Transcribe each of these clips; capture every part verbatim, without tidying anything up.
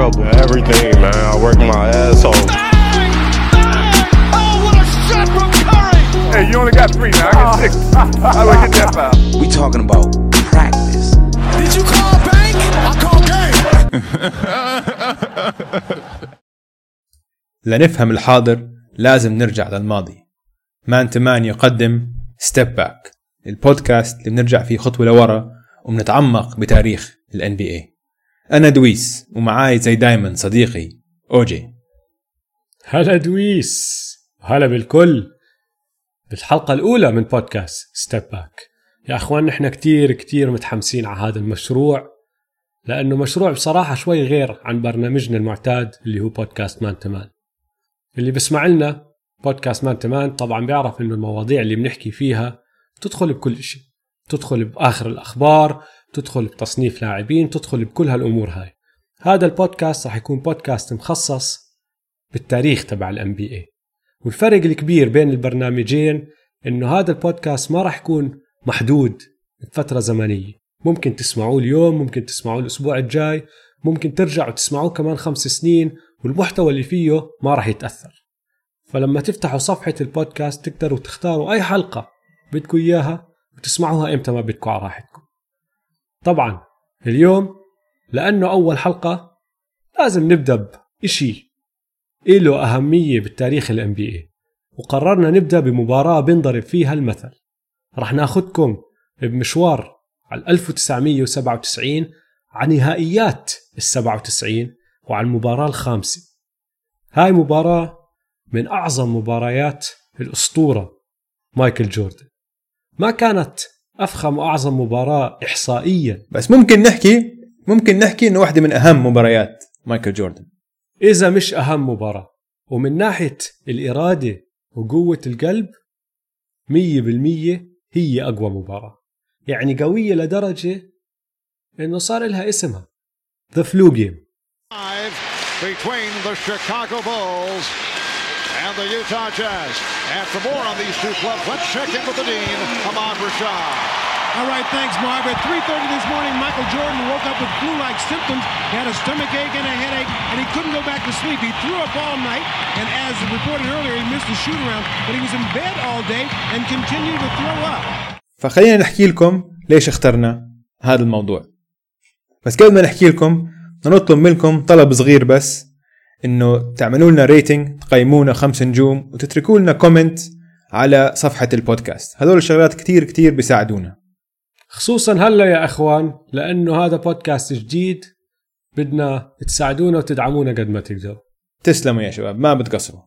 trouble. Everything, man. I work my ass off. Bang! Bang! Oh, what a shot from Curry! Hey, you only got three now. I get six. How do I get that foul? We talking about practice. Did you call bank? I call game. لنفهم الحاضر لازم نرجع للماضي. مان تمان يقدم ستيب باك، البودكاست اللي بنرجع فيه خطوة لورا وبنتعمق بتاريخ ال إن بي إيه. أنا دويس ومعاي زي دايما صديقي أوجي. هلا دويس، هلا بالكل. بالحلقة الأولى من بودكاست ستيب باك يا أخوان، نحن كتير كتير متحمسين على هذا المشروع، لأنه مشروع بصراحة شوي غير عن برنامجنا المعتاد اللي هو بودكاست مان تمان. اللي بسمع لنا بودكاست مان تمان طبعا بيعرف إنه المواضيع اللي بنحكي فيها تدخل بكل شيء، تدخل بآخر الأخبار، تدخل بتصنيف لاعبين، تدخل بكل هالأمور هاي. هذا البودكاست راح يكون بودكاست مخصص بالتاريخ تبع ال إن بي إيه. والفرق الكبير بين البرنامجين إنه هذا البودكاست ما راح يكون محدود بفترة زمنية، ممكن تسمعوه اليوم، ممكن تسمعوه الأسبوع الجاي، ممكن ترجعوا تسمعوه كمان خمس سنين، والمحتوى اللي فيه ما راح يتأثر. فلما تفتحوا صفحة البودكاست تقدروا تختاروا أي حلقة بدكم إياها وتسمعوها إمتى ما بدكم على راحتكم. طبعا اليوم لأنه أول حلقة لازم نبدأ بإشي إله أهمية بالتاريخ ال إن بي إيه، وقررنا نبدأ بمباراة بنضرب فيها المثل. رح ناخدكم بمشوار على ألف وتسعمية وسبعة وتسعين، عن نهائيات السبعة وتسعين، وعن المباراة الخامسة. هاي مباراة من أعظم مباريات الأسطورة مايكل جوردن. ما كانت أفخم وأعظم مباراة إحصائيا، بس ممكن نحكي ممكن نحكي إنه واحدة من أهم مباريات مايكل جوردن، إذا مش أهم مباراة. ومن ناحية الإرادة وقوة القلب مية بالمية هي أقوى مباراة. يعني قوية لدرجة إنه صار لها اسمها The Flu Game. Between the Chicago Bulls and the Utah Jazz. And for more on these two clubs, let's check in with the dean, Ahmad Rashad. All right, thanks, Marv. At three thirty this morning, Michael Jordan woke up with flu-like symptoms. He had a stomach ache and a headache, and he couldn't go back to sleep. He threw up all night, and as reported earlier, he missed the shoot-around, but he was in bed all day and continued to throw up. فخلينا نحكي لكم ليش اخترنا هذا الموضوع. بس قبل ما نحكي لكم نطلب منكم طلب صغير، بس إنه تعملوا لنا ريتنج، تقيمونا خمس نجوم، وتتركوا لنا كومنت على صفحة البودكاست. هذول الشغلات كتير كتير بيساعدونا، خصوصا هلا يا أخوان، لأنه هذا بودكاست جديد، بدنا تساعدونا وتدعمونا قد ما تقدروا. تسلموا يا شباب، ما بتقصروا.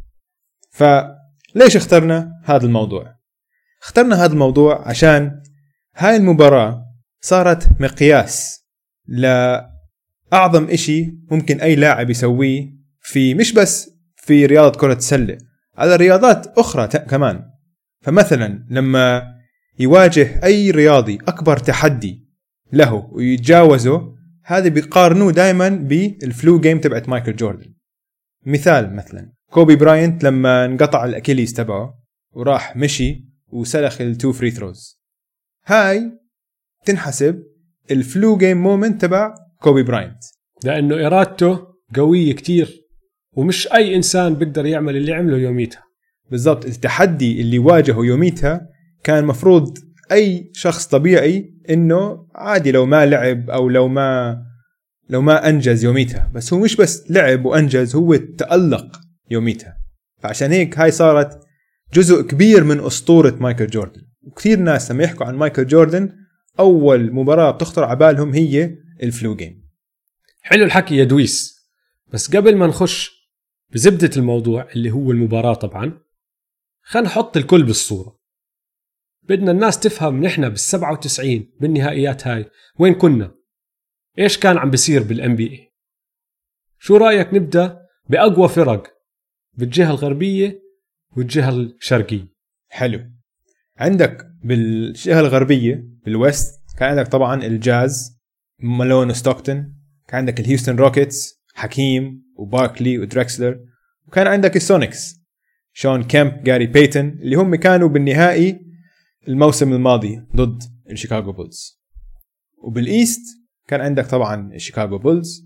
فليش اخترنا هذا الموضوع؟ اخترنا هذا الموضوع عشان هاي المباراة صارت مقياس لأعظم إشي ممكن أي لاعب يسويه، في مش بس في رياضة كرة السلة، على رياضات أخرى كمان. فمثلا لما يواجه أي رياضي أكبر تحدي له ويتجاوزه، هذا بيقارنوه دايما بالفلو جيم تبعت مايكل جوردن. مثال مثلا كوبي براينت لما انقطع الأكيليز تبعه وراح مشي وسلخ التو فري ثروز، هاي تنحسب الفلو جيم مومنت تبع كوبي براينت، لأنه إرادته قوية كتير، ومش أي إنسان بيقدر يعمل اللي عمله يوميتها. بالضبط، التحدي اللي واجهه يوميتها كان مفروض أي شخص طبيعي إنه عادي لو ما لعب أو لو ما لو ما أنجز يوميتها، بس هو مش بس لعب وأنجز، هو تألق يوميتها. فعشان هيك هاي صارت جزء كبير من أسطورة مايكل جوردن. وكثير ناس لما يحكوا عن مايكل جوردن أول مباراة بتخطر عبالهم هي الفلو جيم. حلو الحكي يا دويس، بس قبل ما نخش بزبدة الموضوع اللي هو المباراة، طبعا خلينا نحط الكل بالصورة. بدنا الناس تفهم نحن بالسبعة وتسعين بالنهائيات هاي وين كنا، إيش كان عم بيصير بالإن بي إيه. شو رأيك نبدأ بأقوى فرق بالجهة الغربية والجهة الشرقية؟ حلو. عندك بالجهة الغربية بالويست كان عندك طبعا الجاز، مالون وستوكتون، كان عندك الهيوستن روكيتس، حكيم وباركلي ودريكسلر، وكان عندك السونيكس، شون كامب، جاري بيتن، اللي هم كانوا بالنهائي الموسم الماضي ضد الشيكاغو بولز. وبالإيست كان عندك طبعا الشيكاغو بولز،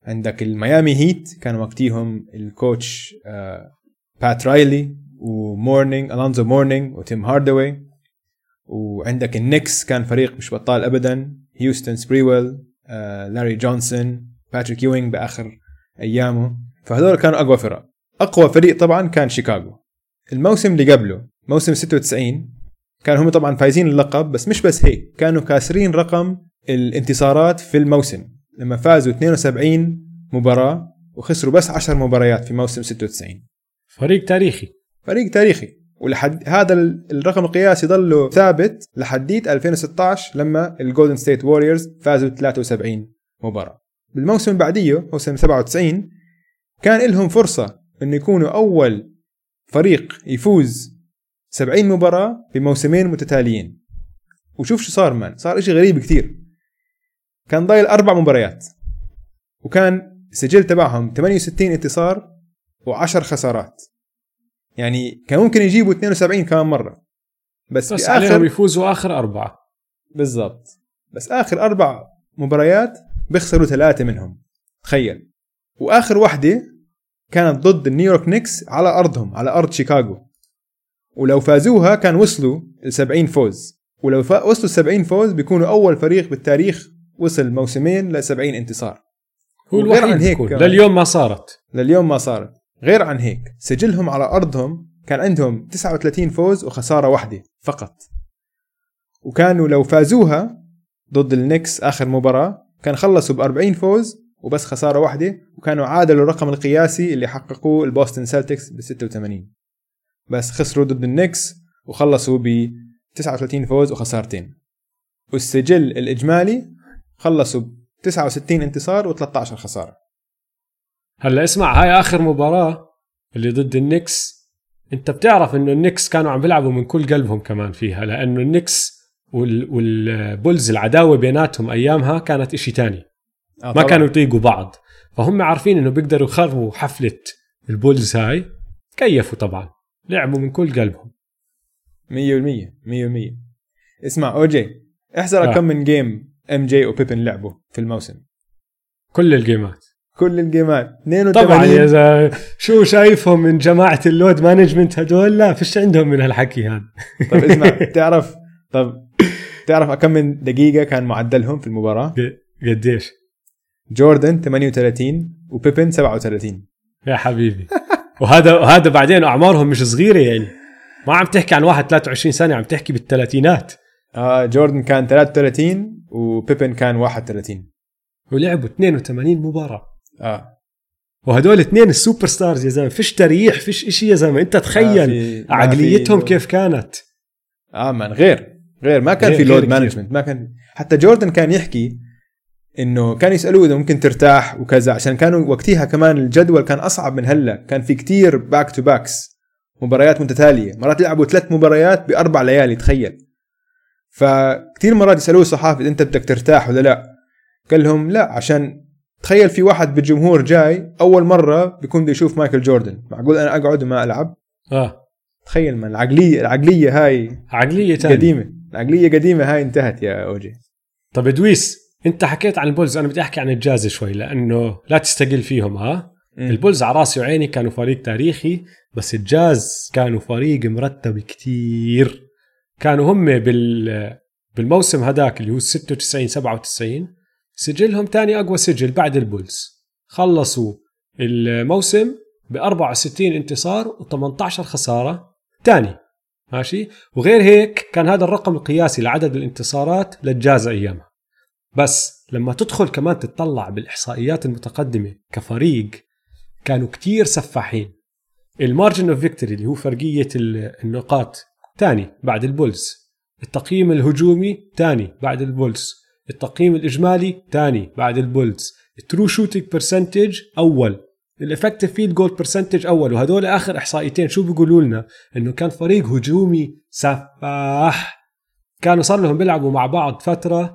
عندك الميامي هيت كانوا وقتيهم الكوتش آه بات رايلي ومورنينج ألونزو مورنينج وتيم هاردوي. وعندك النكس كان فريق مش بطال أبدا، هيوستن سبريويل، آه لاري جونسون، باتريك يوينغ بآخر أيامه. فهذول كانوا أقوى فرق. أقوى فريق طبعا كان شيكاغو. الموسم اللي قبله موسم ستة وتسعين كانوا هم طبعا فايزين اللقب، بس مش بس هيك، كانوا كاسرين رقم الانتصارات في الموسم لما فازوا اثنين وسبعين مباراة وخسروا بس عشر مباريات في موسم ستة وتسعين. فريق تاريخي فريق تاريخي. ولحد هذا الرقم القياسي ظله ثابت لحديت ألفين وستة عشر لما الجولدن ستيت ووريرز فازوا ثلاثة وسبعين مباراة. بالموسم اللي بعديه موسم سبعة وتسعين كان لهم فرصة انه يكونوا اول فريق يفوز سبعين مباراة بموسمين متتاليين. وشوف شو صار مان، صار اشي غريب كتير. كان ضايل اربع مباريات وكان سجل تبعهم ثمانية وستين انتصار وعشر خسارات، يعني كان ممكن يجيبوا اثنين وسبعين كمان مرة، بس, بس عليهم يفوزوا آخر أربعة بالضبط. بس آخر أربع مباريات بيخسروا ثلاثة منهم، تخيل. وآخر واحدة كانت ضد النيويورك نيكس على أرضهم، على أرض شيكاغو، ولو فازوها كان وصلوا لسبعين فوز. ولو وصلوا سبعين فوز بيكونوا أول فريق بالتاريخ وصل موسمين لسبعين انتصار. هو الوحيد عن هيك لليوم ما صارت لليوم ما صارت غير عن هيك سجلهم على أرضهم كان عندهم تسعة وثلاثين فوز وخسارة واحدة فقط. وكانوا لو فازوها ضد النيكس آخر مباراة كان خلصوا بأربعين فوز وبس خسارة واحدة، وكانوا عادلوا الرقم القياسي اللي حققوه البوستن سيلتكس بستة وثمانين. بس خسروا ضد النيكس وخلصوا ب تسعة وثلاثين فوز وخسارتين. والسجل الإجمالي خلصوا ب تسعة وستين انتصار و13 خسارة. هلا اسمع، هاي آخر مباراة اللي ضد النيكس، انت بتعرف انه النيكس كانوا عم بيلعبوا من كل قلبهم كمان فيها، لأنه النيكس وال... والبولز العداوة بيناتهم أيامها كانت إشي تاني. آه ما كانوا يطيقوا بعض، فهم عارفين انه بيقدروا يخربوا حفلة البولز هاي. كيفوا طبعا، لعبوا من كل قلبهم مية بالمية مية بالمية. اسمع أوجي، احذر آه. كم من جيم ام جي وبيبن لعبوا في الموسم؟ كل الجيمات كل الجيمات اثنين وثمانين. طبعا يا زلمه شو شايفهم من جماعة اللود مانجمنت هدول؟ لا فيش عندهم من هالحكي هذا. طب اسمع، تعرف طب تعرف كم من دقيقة كان معدلهم في المباراة؟ قديش؟ جوردن ثمانية وثلاثين وبيبن سبعة وثلاثين. يا حبيبي وهذا وهذا بعدين أعمارهم مش صغيرة، يعني ما عم تحكي عن واحد ثلاثة وعشرين سنة، عم تحكي بالثلاثينات. آه جوردن كان ثلاثة وثلاثين وبيبن كان واحد وثلاثين، ولعبوا اثنين وثمانين مباراة. آه وهدول اثنين السوبر ستارز يا زلمة، فيش تريح فيش إشي يا زلمة. أنت تخيل آه عقليتهم كيف كانت. آه من غير غير ما كان غير في لود مانجمنت، ما كان. حتى جوردن كان يحكي إنه كان يسألوه إذا ممكن ترتاح وكذا، عشان كانوا وقتها كمان الجدول كان أصعب من هلا، كان في كتير باك تو باكس، مباريات متتالية، مرات يلعبوا ثلاث مباريات بأربع ليالي، تخيل. فكتير مرات يسألوه الصحافة إذا أنت بدك ترتاح ولا لا، قال لهم لا، عشان تخيل في واحد بالجمهور جاي أول مرة بيكون بده يشوف مايكل جوردن، معقول أنا أقعد وما ألعب؟ آه تخيل من العقلية العقلية هاي عقلية تاني. قديمة، العقلية قديمة هاي انتهت يا أوجي. طب دويس، انت حكيت عن البولز، انا بدي احكي عن الجاز شوي لانه لا تستقل فيهم. ها م. البولز على راسي وعيني، كانوا فريق تاريخي، بس الجاز كانوا فريق مرتب كتير. كانوا هم بال بالموسم هداك اللي هو ستة وتسعين سبعة وتسعين سجلهم تاني اقوى سجل بعد البولز. خلصوا الموسم ب أربعة وستين انتصار و18 خسارة تاني، ماشي. وغير هيك كان هذا الرقم القياسي لعدد الانتصارات للجاز ايامها. بس لما تدخل كمان تتطلع بالإحصائيات المتقدمة كفريق، كانوا كتير سفاحين. المارجن اوف فيكتوري اللي هو فرقية النقاط تاني بعد البولز، التقييم الهجومي تاني بعد البولز، التقييم الإجمالي تاني بعد البولز، الترو شوتينج برسنتج أول، الإفكتيف فيلد جول برسنتج أول. وهدول آخر إحصائيتين شو بيقولوا لنا؟ إنه كان فريق هجومي سفاح. كانوا صار لهم بيلعبوا مع بعض فترة.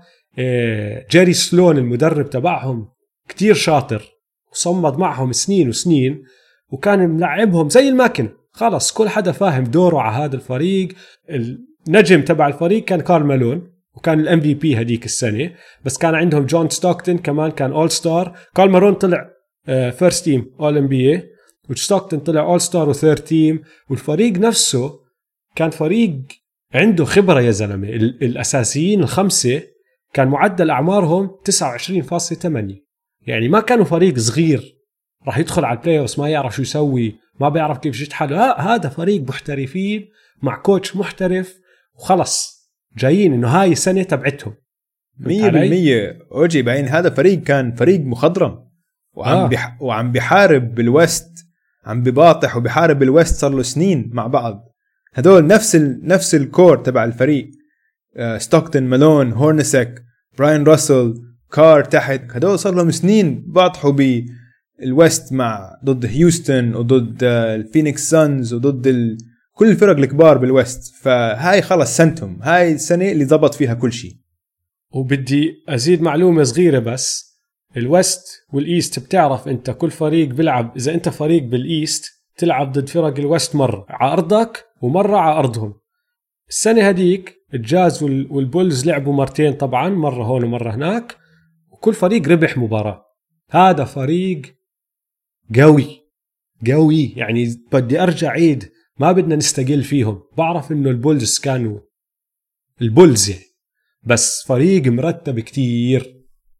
جيري سلون المدرب تبعهم كتير شاطر وصمد معهم سنين وسنين، وكان ملعبهم زي الماكن، خلص كل حدا فاهم دوره على هذا الفريق. النجم تبع الفريق كان كارل مالون، وكان الام في بي هديك السنه. بس كان عندهم جون ستوكتون كمان كان اول ستار. كارل مالون طلع فيرست تيم اول ام بي اي، وستوكتون طلع اول ستار وثيرد تيم. والفريق نفسه كان فريق عنده خبره يا زلمه. الاساسيين الخمسه كان معدل اعمارهم تسعة وعشرين فاصلة ثمانية، يعني ما كانوا فريق صغير راح يدخل على البلاي اوف ما يعرف شو يسوي، ما بيعرف كيف يشد حاله. هذا فريق محترفين مع كوتش محترف وخلص جايين انه هاي السنه تبعتهم مية بالمية. اوجي بعدين هذا فريق كان فريق مخضرم وعم آه. بح... وعم بيحارب بالوست، عم بباطح وبيحارب بالوست صار له سنين مع بعض. هدول نفس ال... نفس الكور تبع الفريق، آه، ستوكتون، مالون، هورنسك، براين راسل، كار تحت. هدول صار لهم سنين باطحوا بالوست مع ضد هيوستن وضد آه، الفينيكس سانز وضد ال... كل الفرق الكبار بالوست. فهاي خلص سنتهم، هاي السنة اللي ضبط فيها كل شيء. وبدي أزيد معلومة صغيرة بس، الوست والإيست بتعرف أنت كل فريق بيلعب، إذا أنت فريق بالإيست تلعب ضد فرق الوست مرة على أرضك ومرة على أرضهم. السنة هديك الجاز والبولز لعبوا مرتين طبعا، مرة هون ومرة هناك، وكل فريق ربح مباراة. هذا فريق قوي قوي، يعني بدي أرجع عيد، ما بدنا نستقل فيهم. بعرف إنه البولز كانوا البولز يعني، بس فريق مرتب كتير.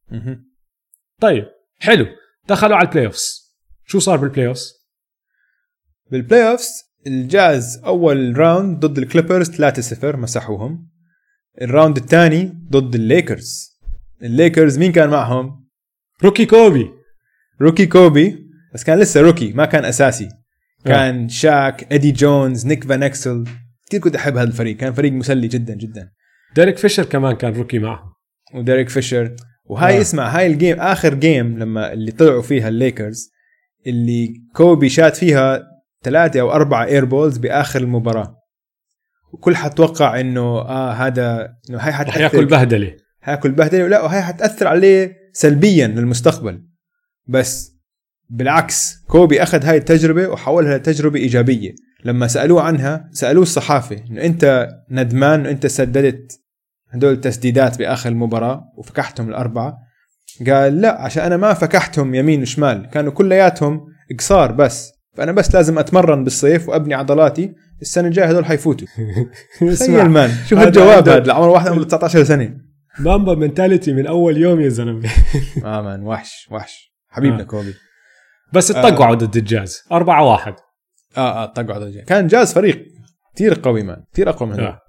طيب حلو، دخلوا على البلاي اوفس. شو صار بالبلاي اوفس؟ بالبلاي اوفس الجاز اول راوند ضد الكليبرز ثلاثة صفر مسحوهم. الراوند الثاني ضد الليكرز. الليكرز مين كان معهم؟ روكي كوبي. روكي كوبي بس كان لسه روكي، ما كان اساسي. كان شاك، ادي جونز، نيك فان اكسل. كتير كنت احب هذا الفريق، كان فريق مسلي جدا جدا. ديريك فيشر كمان كان روكي معهم. وديريك فيشر. وهاي آه. اسمع، هاي الجيم اخر جيم لما اللي طلعوا فيها الليكرز، اللي كوبي شات فيها ثلاثة او اربعة اير بولز باخر المباراة، وكل حتوقع انه اه هذا انه هاي حتأثر، حياكل بهدله حياكل بهدله لا، وهي حتأثر عليه سلبيا للمستقبل. بس بالعكس، كوبي اخذ هاي التجربة وحولها لتجربة ايجابية. لما سألوه عنها، سألوه الصحافة انه انت ندمان انه انت سددت هدول التسديدات باخر المباراة وفكحتهم الاربعة؟ قال لا، عشان انا ما فكحتهم يمين وشمال، كانوا كلياتهم قصار بس، فانا بس لازم اتمرن بالصيف وابني عضلاتي، السنه الجايه هذول حيفوتوا. تخيل مان، شوف هالجواب هذا لعمر واحد عمره تسعة عشر سنه. مامبا منتاليتي من اول يوم يا زلمه. اه مان، وحش وحش حبيبنا آه. كوبي. بس اتطقعوا ضد الجاز أربعة واحد. اه اه اتطقعوا ضد الجاز. كان جاز فريق كتير قوي مان، كتير اقوى من هذول. آه.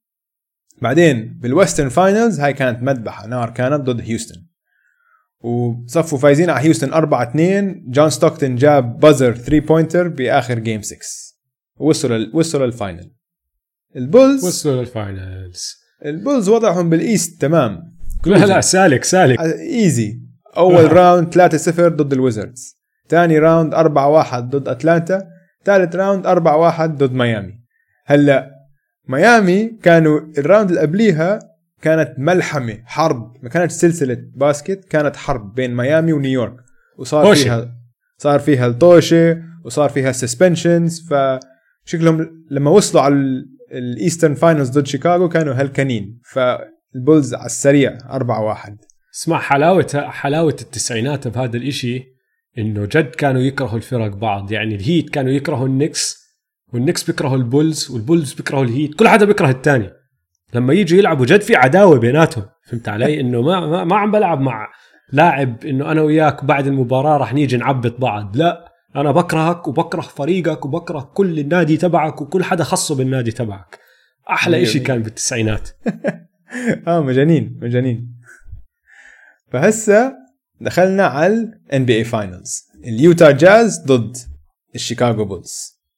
بعدين بالويسترن فاينلز هاي كانت مذبحه نار، كانت ضد هيوستن وصفوا فايزين على هيوستن أربعة اثنين. جون ستوكتون جاب بازر ثري بوينتر باخر جيم ستة ووصلوا ال... وصلوا للفاينل. البولز وصلوا للفاينلز. البولز وضعهم بالايست تمام. لا لا سالك سالك ايزي. اول راوند ثلاثة صفر ضد الويزردز، ثاني راوند أربعة واحد ضد اتلانتا، ثالث راوند أربعة واحد ضد ميامي. هلا ميامي كانوا الراوند اللي قبليها كانت ملحمة حرب، ما كانت سلسلة باسكت، كانت حرب بين ميامي ونيويورك، وصار طوشي. فيها صار فيها الطوشة وصار فيها سسبنشنز. فشكلهم لما وصلوا على الايسترن فاينلز ضد شيكاغو كانوا هالكنين. فالبولز على السريع أربعة واحد. اسمع حلاوة حلاوة التسعينات بهذا الاشي، انه جد كانوا يكرهوا الفرق بعض. يعني الهيت كانوا يكرهوا النكس، والنكس بيكرهوا البولز، والبولز بيكرهوا الهيت، كل حدا بيكره التاني. لما يجوا يلعبوا جد في عداوة بيناتهم، فهمت علي؟ انه ما ما, ما عم بلعب مع لاعب انه انا وياك بعد المباراة رح نيجي نعبط بعض، لا، انا بكرهك وبكره فريقك وبكره كل النادي تبعك وكل حدا خصه بالنادي تبعك. احلى اشي كان بالتسعينات. اه مجانين مجانين. فهسه دخلنا على ال إن بي إيه فاينلز، اليوتا جاز ضد الشيكاغو بولز.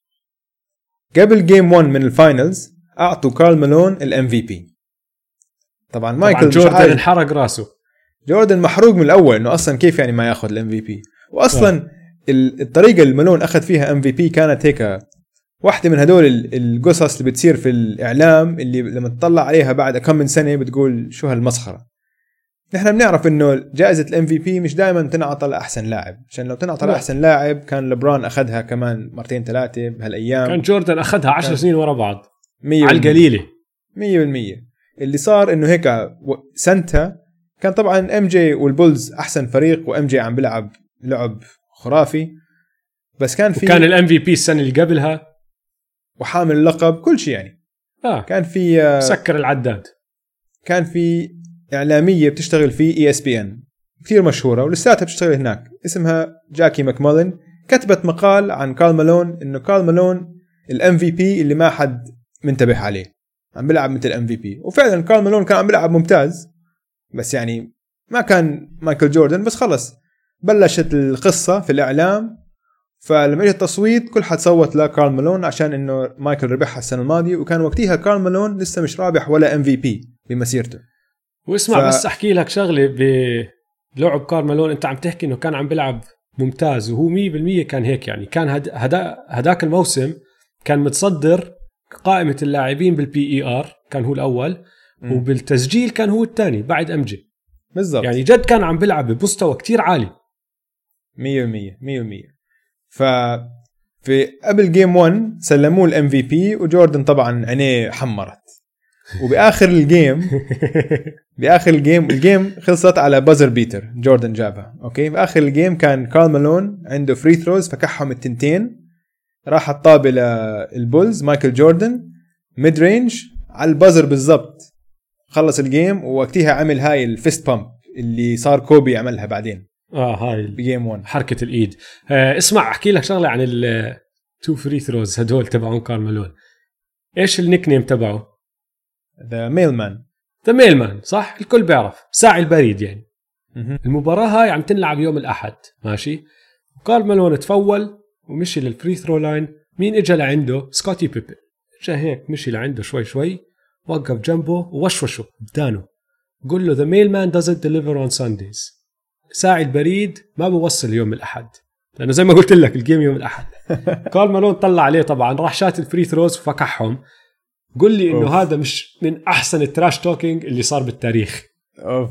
قبل جيم واحد من الفاينلز اعطوا كارل مالون الام في بي. طبعا مايكل جوردن انحرق راسه. جوردن محروق من الاول، انه اصلا كيف يعني ما ياخذ الام في بي. واصلا آه. الطريقه اللي مالون اخذ فيها ام في بي كانت هيك واحده من هدول القصص اللي بتصير في الاعلام، اللي لما تطلع عليها بعد كم من سنه بتقول شو هالمسخره. نحن بنعرف انه جائزه الام في بي مش دائما تنعطى لاحسن لاعب، عشان لو تنعطى لاحسن لاعب كان لبران اخذها كمان مرتين ثلاثه بهالايام. كان جوردن اخذها عشر سنين ورا بعض على القليله. مية بالمية. اللي صار انه هيك سنتها كان طبعا ام جي والبولز احسن فريق وام جي عم بيلعب لعب خرافي، بس كان في كان الام في بي السنه اللي قبلها وحامل اللقب كل شيء يعني. اه كان في سكر العداد. كان في اعلاميه بتشتغل في اي اس بي ان كثير مشهوره ولساتها بتشتغل هناك، اسمها جاكي ماكمالن، كتبت مقال عن كارل مالون انه كارل مالون الام في بي اللي ما حد منتبه عليه، عم بيلعب مثل ام في بي. وفعلا كارل مالون كان عم بيلعب ممتاز، بس يعني ما كان مايكل جوردن. بس خلص بلشت القصه في الاعلام، فلما اجى التصويت كل حد صوت لكارل مالون عشان انه مايكل ربحها السنه الماضيه، وكان وقتها كارل مالون لسه مش رابح ولا ام في بي بمسيرته. واسمع ف... بس احكي لك شغله بلعب كارل مالون. انت عم تحكي انه كان عم بيلعب ممتاز، وهو مية بالمية كان هيك يعني. كان هد... هدا... هداك الموسم كان متصدر قائمه اللاعبين بالبي اي ار، كان هو الاول م. وبالتسجيل كان هو الثاني بعد امجي بالضبط. يعني جد كان عم بيلعب بمستوى كتير عالي مية بالمية مية بالمية. ف في قبل جيم واحد سلموه الام في بي، وجوردن طبعا عينيه حمرت. وباخر الجيم باخر الجيم الجيم خلصت على بازر بيتر، جوردن جابها اوكي. باخر الجيم كان كارل مالون عنده فري ثروز فكحهم التنتين، راح الطابه للبولز مايكل جوردن ميد رينج على البازر بالضبط، خلص الجيم. ووقتها عمل هاي الفيست بامب اللي صار كوبي عملها بعدين اه هاي بجيم واحد، حركه الايد. آه اسمع احكي لك شغله عن التو فري ثروز هدول تبعون كارل مالون. ايش النيك نيم تبعه؟ ذا ميلمان. ذا ميلمان صح، الكل بيعرف، ساعي البريد يعني. م-م. المباراه هاي عم تنلعب يوم الاحد ماشي، وكارل مالون تفول ومشي للفري ثرو لاين. مين اجى لعنده؟ سكوتي بيبن. اجى هيك مشي لعنده شوي شوي، وقف جنبه ووشوشه بدانه، قل له the mailman doesn't deliver on Sundays. ساعي البريد ما بوصل يوم الأحد، لأنه زي ما قلت لك الجيم يوم الأحد. كارل مالون طلع عليه طبعا، راح شات الفري ثروز وفكحهم. قل لي إنه هذا مش من أحسن التراش توكينج اللي صار بالتاريخ. أوف.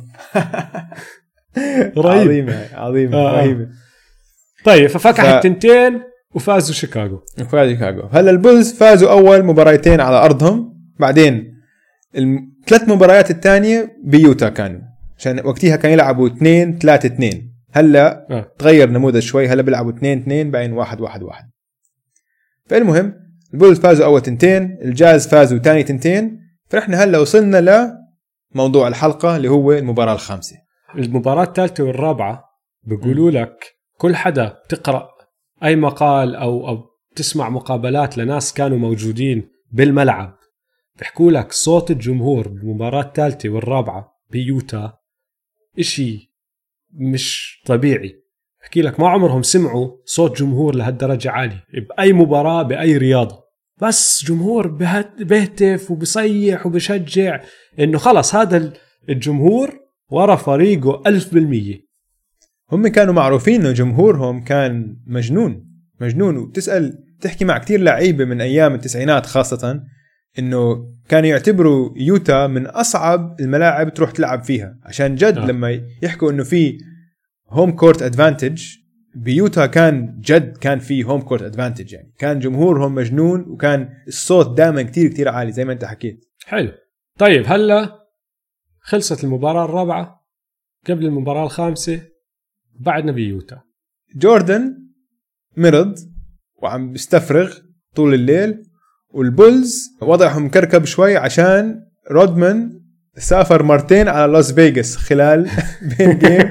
رهيب. عظيمة عظيمة آه. رهيبة. طيب ففكح ف... التنتين وفازوا شيكاغو. وفازوا شيكاغو. هلا البولز فازوا أول مباراتين على أرضهم، بعدين الثلاث مباريات الثانية بيوتا كانوا، عشان وقتها كانوا يلعبوا اثنين ثلاثة اثنين. هلا آه. تغير نموذج شوي، هلا بيلعبوا اثنين اثنين بعدين واحد واحد واحد. فالمهم البولز فازوا أول تنتين، الجاز فازوا ثاني تنتين. فنحن هلا وصلنا لموضوع الحلقة اللي هو المباراة الخامسة. المباراة الثالثة والرابعة بيقولوا لك كل حدا تقرأ أي مقال أو أو تسمع مقابلات لناس كانوا موجودين بالملعب، بيحكوا لك صوت الجمهور بالمباراة الثالثة والرابعة بيوتا إشي مش طبيعي. بحكي لك ما عمرهم سمعوا صوت جمهور لهالدرجة عالي بأي مباراة بأي رياضة. بس جمهور بيهتف وبيصيح وبيشجع، إنه خلص هذا الجمهور ورا فريقه ألف بالمية. هم كانوا معروفين إنه جمهورهم كان مجنون مجنون. وتسأل تحكي مع كتير لعيبة من أيام التسعينات خاصة، إنه كانوا يعتبروا يوتا من أصعب الملاعب تروح تلعب فيها، عشان جد آه. لما يحكوا إنه في هوم كورت أدفانتج بيوتا، كان جد كان في هوم كورت أدفانتج. يعني كان جمهورهم مجنون، وكان الصوت دائما كتير كتير عالي زي ما أنت حكيت. حلو. طيب هلا خلصت المباراة الرابعة، قبل المباراة الخامسة بعدنا بيوتا. جوردن مرض وعم بيستفرغ طول الليل، والبولز وضعهم كركب شوي عشان رودمان سافر مرتين على لاس فيغاس خلال بين جيم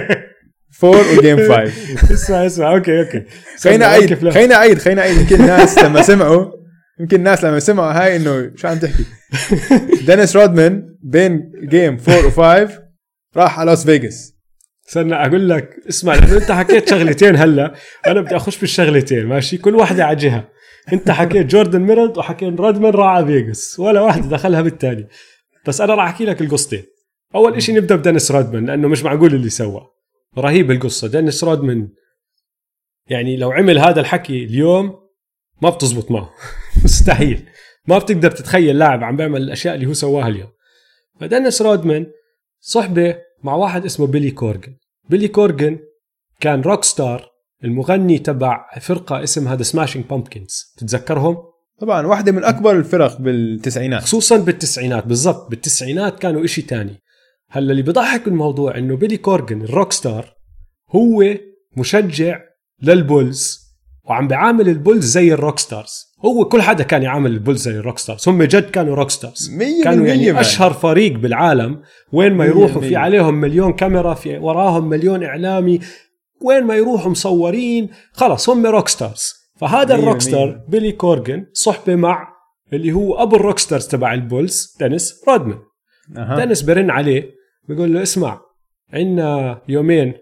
فور وجيم فايف. اسمع اسمع اوكي اوكي خلينا عيد خلينا عيد خلينا عيد يمكن الناس لما سمعوا يمكن الناس لما سمعوا هاي انه شو عم تحكي. دينيس رودمان بين جيم فور وفايف راح على لاس فيغاس. استنى اقول لك، اسمع لانه انت حكيت شغلتين، هلا انا بدي اخش بالشغلتين ماشي، كل واحده على جهه. انت حكيت جوردن ميرلد وحكيت رودمان راح على فيغاس، ولا واحده دخلها بالتالي. بس انا راح احكي لك القصتين. اول إشي نبدا بدينيس رودمان، لانه مش معقول اللي سوى، رهيب القصه. دينيس رودمان يعني لو عمل هذا الحكي اليوم ما بتزبط معه. مستحيل، ما بتقدر تتخيل لاعب عم بيعمل الاشياء اللي هو سواها اليوم. فدينيس رودمان صحبه مع واحد اسمه بيلي كورغن. بيلي كورغن كان روك ستار، المغني تبع فرقة اسمها The Smashing Pumpkins، تتذكرهم؟ طبعا واحدة من أكبر الفرق بالتسعينات، خصوصا بالتسعينات. بالضبط بالتسعينات كانوا إشي تاني. هلا اللي بضحك الموضوع إنه بيلي كورغن الروك ستار هو مشجع للبولز وعم بيعامل البولز زي الروك ستارز. هو كل حدا كان يعامل البولز زي الروك ستارز، هم جد كانوا روك ستارز، كانوا يعني أشهر فريق بالعالم. وين ما يروحوا في عليهم مليون كاميرا، في وراهم مليون إعلامي، وين ما يروحوا مصورين، خلاص هم روك ستارز. فهذا الروك ستار بيلي كورغن صحبة مع اللي هو أبو الروك ستارز تبع البولز دينيس رودمان. أه. دينيس برن عليه بيقول له اسمع عنا يومين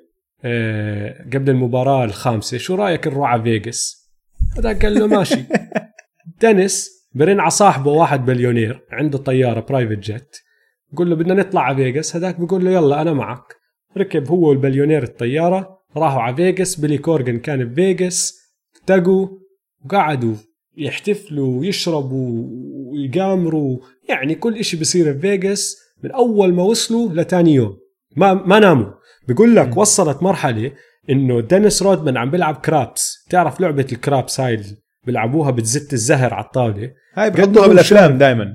أه قبل المباراة الخامسة، شو رأيك نروح على فيغاس؟ هذا قال له ماشي. دينيس برن على صاحبه واحد بليونير عنده طيارة برايفت جيت، بيقول له بدنا نطلع على فيغاس. هذاك بيقول له يلا أنا معك. ركب هو والبليونير الطيارة، راحوا على فيغاس. بيلي كورغن كان بفيغاس، التقوا وقعدوا يحتفلوا ويشربوا ويقامروا، يعني كل إشي بيصير في فيغاس من أول ما وصلوا لتاني يوم. ما ما ناموا. بيقول لك وصلت مرحلة إنه دينيس رودمان عم بيلعب كرابس. تعرف لعبة الكرابس هاي اللي بيلعبوها بتزت الزهر على الطاولة، هاي بيحطوها بالأفلام دايما.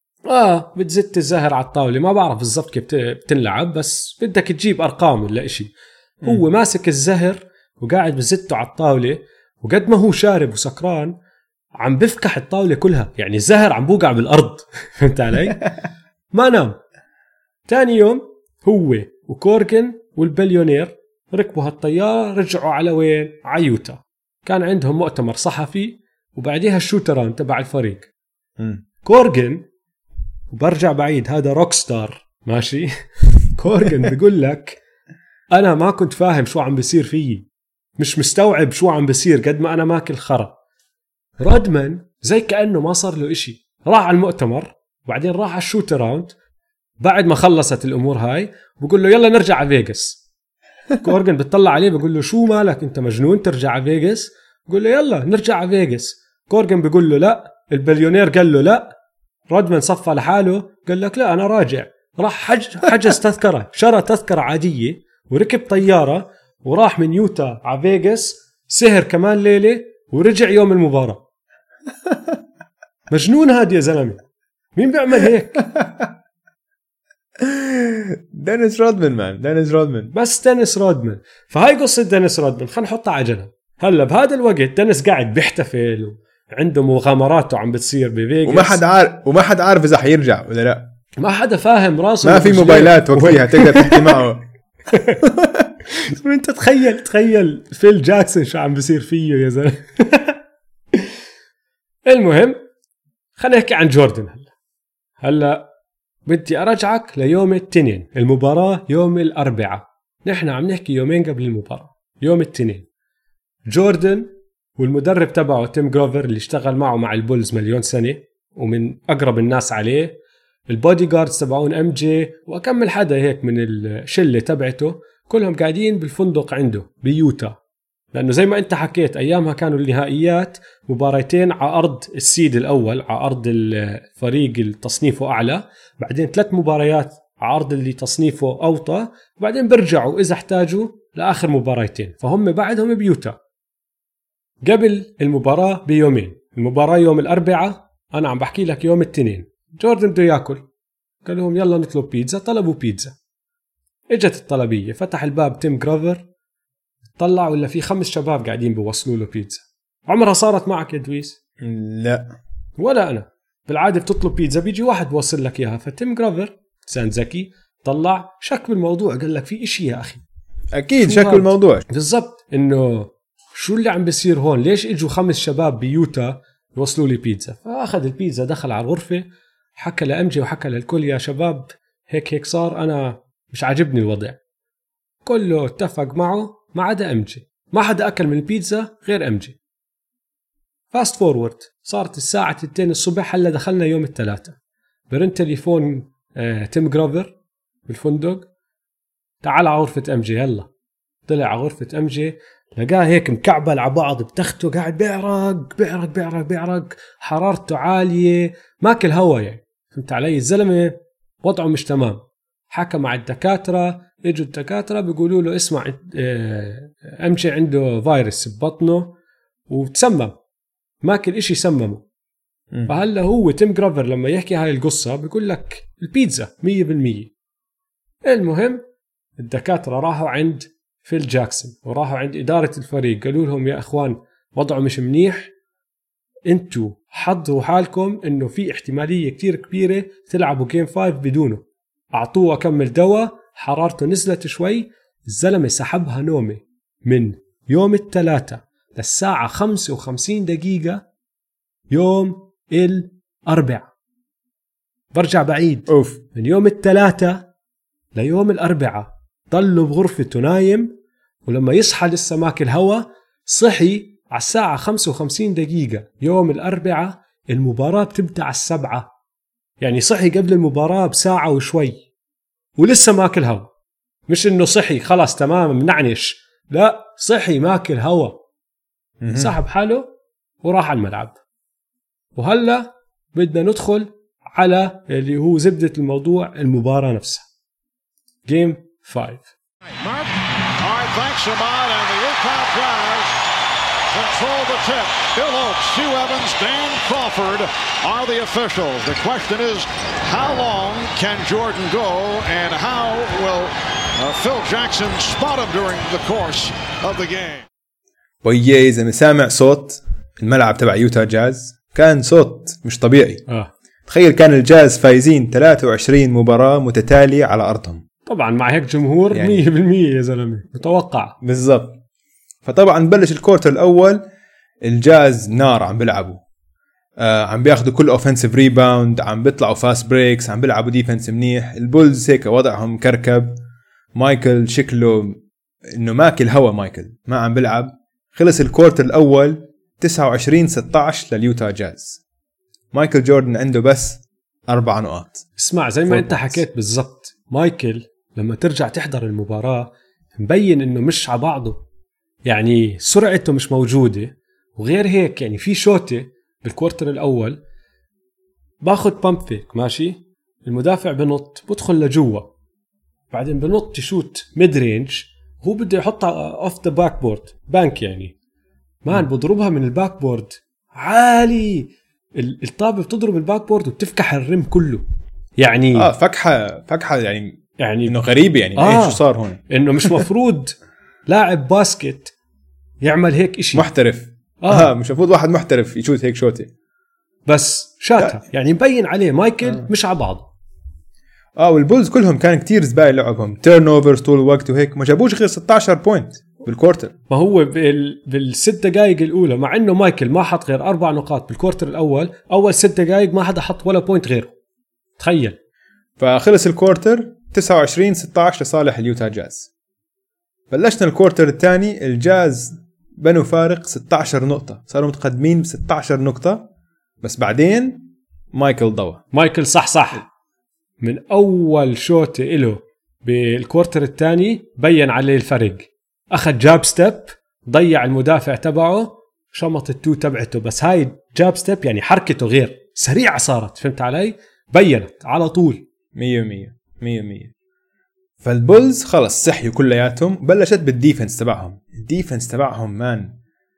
آه بتزت الزهر على الطاولة، ما بعرف بالضبط كيف بتنلعب، بس بدك تجيب أرقام ولا إشي. هو ماسك الزهر وقاعد بزته على الطاولة، وقد ما هو شارب وسكران عم بفكح الطاولة كلها، يعني الزهر عم بوقع بالأرض. فهمت علي؟ ما نام. تاني يوم هو وكورغن والبليونير ركبوا هالطيارة، رجعوا على وين؟ على يوتا. كان عندهم مؤتمر صحفي وبعديها الشوتران تبع الفريق. م. كورغن وبرجع بعيد، هذا روك ستار ماشي. كورغن بيقول لك أنا ما كنت فاهم شو عم بيصير فيي، مش مستوعب شو عم بيصير قد ما أنا ماكل خرا. رودمان زي كأنه ما صار له إشي، راح على المؤتمر وبعدين راح على الشوت راوند. بعد ما خلصت الأمور هاي بقول له يلا نرجع على فيغاس. كورغن بتطلع عليه بقول له شو مالك أنت مجنون ترجع على فيغاس؟ بقول له يلا نرجع على فيغاس. كورغن بقول له لا، البليونير قال له لا. رودمان صفى لحاله قال لك لا أنا راجع. راح حج حجز تذكرة، شرى تذكرة عادية وركب طيارة وراح من يوتا على فيغاس، سهر كمان ليلة ورجع يوم المباراة. مجنون هاد يا زلمة، مين بيعمل هيك؟ دينيس رودمان مان، دينيس رودمان، بس دينيس رودمان. فهاي قصة دينيس رودمان، خلينا نحطها على جنب. هلا بهذا الوقت دينيس قاعد بيحتفل وعنده مغامراته عم بتصير بفيغاس، وما حد عارف وما حد عارف إذا حيرجع ولا لا. ما حدا فاهم راسه، ما في موبايلات وقتها تقدر تحكي معه. انت تخيل تخيل فيل جاكسون شو عم بيصير فيه يا زلمه. المهم خلينا نحكي عن جوردن. هلا هلا بدي ارجعك ليوم الاثنين، المباراه يوم الاربعاء، نحن عم نحكي يومين قبل المباراه. يوم الاثنين جوردن والمدرب تبعه تيم جروفر اللي اشتغل معه مع البولز مليون سنه ومن اقرب الناس عليه، البودي جاردز تبعون ام جي واكمل حدا هيك من الشله تبعته، كلهم قاعدين بالفندق عنده بيوتا. لانه زي ما انت حكيت ايامها كانوا النهائيات مباراتين على ارض السيد الاول، على ارض الفريق اللي تصنيفه اعلى، بعدين ثلاث مباريات على ارض اللي تصنيفه اوطى، وبعدين برجعوا اذا احتاجوا لاخر مباراتين. فهم بعدهم بيوتا. قبل المباراه بيومين، المباراه يوم الاربعاء، انا عم بحكي لك يوم الاثنين جوردن بده ياكل، قال لهم يلا نطلب بيتزا. طلبوا بيتزا، اجت الطلبيه، فتح الباب تيم جروفر، طلع ولا في خمس شباب قاعدين بيوصلوا له بيتزا. عمرها صارت معك يا دويس؟ لا ولا انا. بالعاده بتطلب بيتزا بيجي واحد بوصل لك اياها. فتيم جروفر انسان ذكي طلع شك بالموضوع، قال لك في اشي يا اخي. اكيد شك بالموضوع بالضبط، انه شو اللي عم بيصير هون؟ ليش اجوا خمس شباب بيوتا يوصلوا لي بيتزا؟ فاخذ البيتزا دخل على الغرفه، حكى لأمجي وحكى للكل يا شباب هيك هيك صار، أنا مش عاجبني الوضع. كله اتفق معه ما عدا أمجي، ما حدا أكل من البيتزا غير أمجي. فاست فورورد، صارت الساعة اثنين الصبح، هلا دخلنا يوم الثلاثة. برن تليفون آه تيم جروفر بالفندق، تعال على غرفة أمجي. يلا طلع على غرفة أمجي، لقاه هيك مكعبل على بعض بتخته، قاعد بيعرق بيعرق بيعرق بيعرق، حرارته عالية، ماكل هوا يعني. فهمت علي؟ الزلمة وضعه مش تمام. حكى مع الدكاترة، اجوا الدكاترة بيقولوا له اسمع أمشي عنده فيروس ببطنه وتسمم، ماكل اشي سممه. فهلا هو تيم جرافر لما يحكي هاي القصة بيقول لك البيتزا مية بالمية. المهم الدكاترة راحوا عند فيل جاكسون وراحوا عند إدارة الفريق قالوا لهم يا أخوان وضعه مش منيح، انتوا حضروا حالكم انه في احتمالية كتير كبيرة تلعبوا جيم فايف بدونه. اعطوه اكمل دواء، حرارته نزلت شوي، الزلمة سحبها نومه من يوم الثلاثة للساعة خمسة وخمسين دقيقة يوم الأربعاء. برجع بعيد أوف. من يوم الثلاثة ليوم الأربعاء ضلوا بغرفته نايم، ولما يصحى لسه ماكل هوا. صحي على الساعة خمسة وخمسين دقيقة يوم الأربعاء، المباراة بتبدأ على السبعة، يعني صحي قبل المباراة بساعة وشوي ولسه ماكل هوا. مش إنه صحي خلاص تمام منعنش، لا صحي ماكل هوا. سحب حاله وراح على الملعب. وهلأ بدنا ندخل على اللي هو زبدة الموضوع، المباراة نفسها Game five. Mark. All right, thanks, Ahmad. And the Utah Jazz control the tip. Bill Oakes, Hugh Evans, Dan Crawford are the officials. The question is, how long can Jordan go, and how will uh, Phil Jackson spot him during the course of the game? ويا إذا مسامع صوت الملعب تبع يوتا جاز كان صوت مش طبيعي. آه. تخيل كان الجاز فايزين ثلاثة وعشرين مباراة متتالية على أرضهم. طبعا مع هيك جمهور يعني مية بالمية يا زلمة متوقع. بالضبط. فطبعا بلش الكورتر الأول الجاز نار عم بيلعبوا، آه عم بياخدوا كل أوفنسيف ريباوند، عم بيطلعوا فاست بريكس، عم بيلعبوا ديفنس منيح. البولز هيك وضعهم كركب. مايكل شكله إنه ماكل هوا، مايكل ما عم بيلعب. خلص الكورتر الأول تسعة وعشرين ستة عشر لليوتا جاز. مايكل جوردن عنده بس أربع نقاط. اسمع زي ما أنت حكيت بالضبط، مايكل لما ترجع تحضر المباراة مبين إنه مش على بعضه، يعني سرعته مش موجودة. وغير هيك يعني في شوتة بالكوارتر الأول باخد بامب فيك ماشي، المدافع بنط بدخل لجوا، بعدين بنط تشوت ميد رينج، هو بده يحطها اوف ذا باك بورد بانك، يعني مان بضربها من الباك بورد عالي، الطابة بتضرب الباك بورد وبتفكح الرم كله. يعني اه فكحة فكحة يعني يعني انه غريبة يعني آه ايش شو صار هون، انه مش مفروض لاعب باسكت يعمل هيك اشي محترف. آه. اه مش مفروض واحد محترف يشوت هيك شوتة، بس شاتها يعني مبين عليه مايكل آه. مش على بعضه. اه والبولز كلهم كان كتير زبايل لعبهم تيرن اوفرز طول الوقت وهيك، ما جابوش غير ستة عشر بوينت بالكورتر. ما هو بال... بالست دقائق الاولى مع انه مايكل ما حط غير اربع نقاط بالكورتر الاول، اول ست دقائق ما حدا حط ولا بوينت غيره، تخيل. فخلص الكورتر تسعة وعشرين ستة عشر لصالح اليوتا جاز. بلشنا الكورتر الثاني، الجاز بنوا فارق ستة عشر نقطة، صاروا متقدمين ب ستة عشر نقطة، بس بعدين مايكل ضوى. مايكل صح صح من اول شوطه له بالكورتر الثاني بين عليه الفرق، اخذ جاب ستيب ضيع المدافع تبعه، شمط التو تبعته، بس هاي جاب ستيب يعني حركته غير سريعه صارت، فهمت علي؟ بينت على طول مية مية مية مية. فالبولز خلص صحيوا كلياتهم، بلشت بالديفنس تبعهم. الديفنس تبعهم مان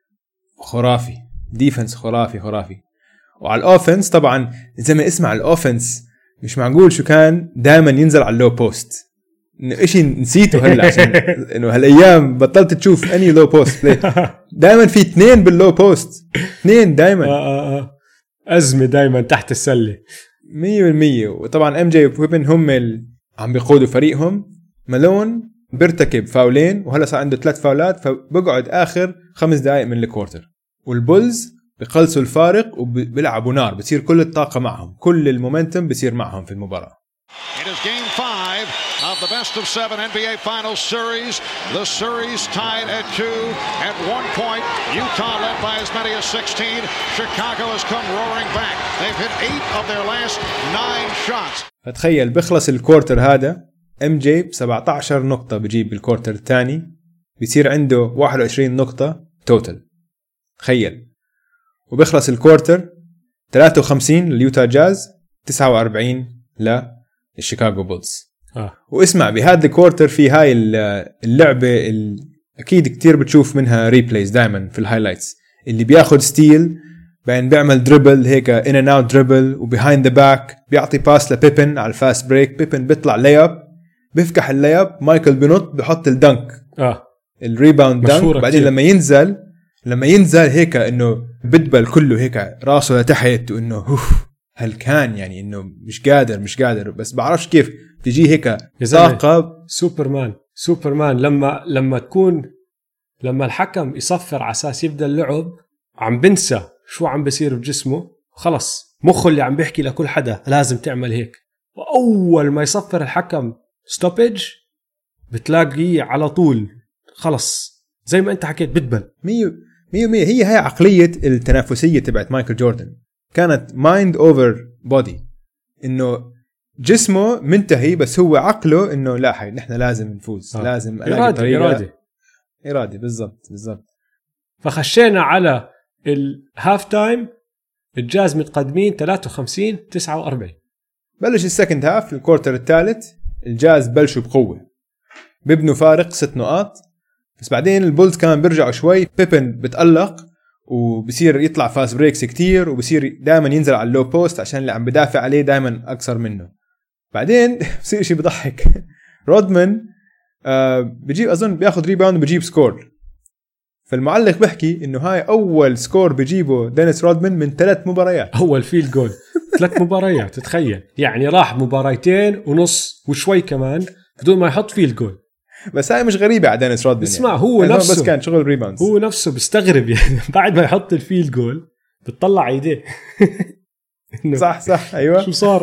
خرافي، ديفنس خرافي خرافي. وعلى الاوفنس طبعا زي ما اسمع الاوفنس مش معقول شو كان دائما ينزل على اللو بوست، انه اشي نسيته هلا عشان انه هالايام بطلت تشوف اني لو بوست بلاي، دائما في اثنين باللو بوست، اثنين دائما آه آه. ازمه دائما تحت السله مية بالمية. وطبعا ام جي وبيبن هم اللي عم بيقودوا فريقهم. مالون بيرتكب فاولين وهلا صار عنده ثلاث فاولات، فبقعد اخر خمس دقائق من الكوارتر، والبولز بيقلصوا الفارق وبيلعبوا نار، بتصير كل الطاقة معهم، كل المومنتم بيصير معهم في المباراة. It is game five of the best of seven N B A Finals series. The series tied at two. At one point, Utah led by as many as sixteen. Chicago has come roaring back. They've hit eight of their last nine shots. فتخيل بخلص الكورتر هذا ام جي ب سبعة عشر نقطة بجيب بالكورتر الثاني، بيصير عنده واحد وعشرين نقطة توتل، تخيل. وبيخلص الكورتر ثلاثة وخمسين لليوتا جاز، تسعة وأربعين للشيكاغو بولز. آه. واسمع بهذا الكورتر في هاي اللعبة اللي أكيد كتير بتشوف منها ريبليز دائما في الهايلايتس، اللي بياخد ستيل بعدين بيعمل دريبل هيك ان اند اوت دريبل وبيهايند ذا باك، بيعطي باس لبيبن على الفاست بريك، بيبن بيطلع لياب بيفكح اللياب، مايكل بينط بيحط الدنك اه الريباوند دنك. بعدين لما ينزل لما ينزل هيك انه بدبل كله هيك راسه لتحت، وانه هل كان يعني انه مش قادر مش قادر بس بعرفش كيف تجي هيك طاقه. سوبرمان سوبرمان لما لما تكون لما الحكم يصفر على اساس يبدا اللعب عم بنسى شو عم بيصير بجسمه، خلص مخه اللي عم بيحكي لكل حدا لازم تعمل هيك، واول ما يصفر الحكم ستوبج بتلاقيه على طول خلص زي ما انت حكيت بدبل. مية مية مية هي هي عقلية التنافسية تبعت مايكل جوردن، كانت مايند اوفر بودي، انه جسمه منتهي بس هو عقله انه لا حي نحن لازم نفوز. آه. لازم إرادي إرادي إرادي بالضبط بالضبط. فخشينا على الهاف تايم، الجاز متقدمين ثلاثة وخمسين تسعة وأربعين. بلش السكند هاف الكورتر الثالث، الجاز بلشوا بقوة بيبنوا فارق ست نقاط، بس بعدين البولز كمان بيرجعوا شوي، بيبن بتألق وبصير يطلع فاست بريكس كتير، وبصير دائما ينزل على اللو بوست عشان اللي عم بدافع عليه دائما أكثر منه. بعدين بصير شيء بضحك رودمان آه بجيب أظن بياخد ريباوند وبجيب سكور، فالمعلق بحكي إنه هاي أول سكور بجيبه دينيس رودمان من ثلاث مباريات. أول فيل جول ثلاث مباريات تتخيل، يعني راح مباريتين ونص وشوي كمان بدون ما يحط فيل جول. بس هاي مش غريبة على دينيس رودمان، اسمع يعني. هو يعني نفسه بس كان شغل ريباوندز، هو نفسه بيستغرب يعني بعد ما يحط الفيل جول بتطلع ايديه صح صح أيوة شو صار.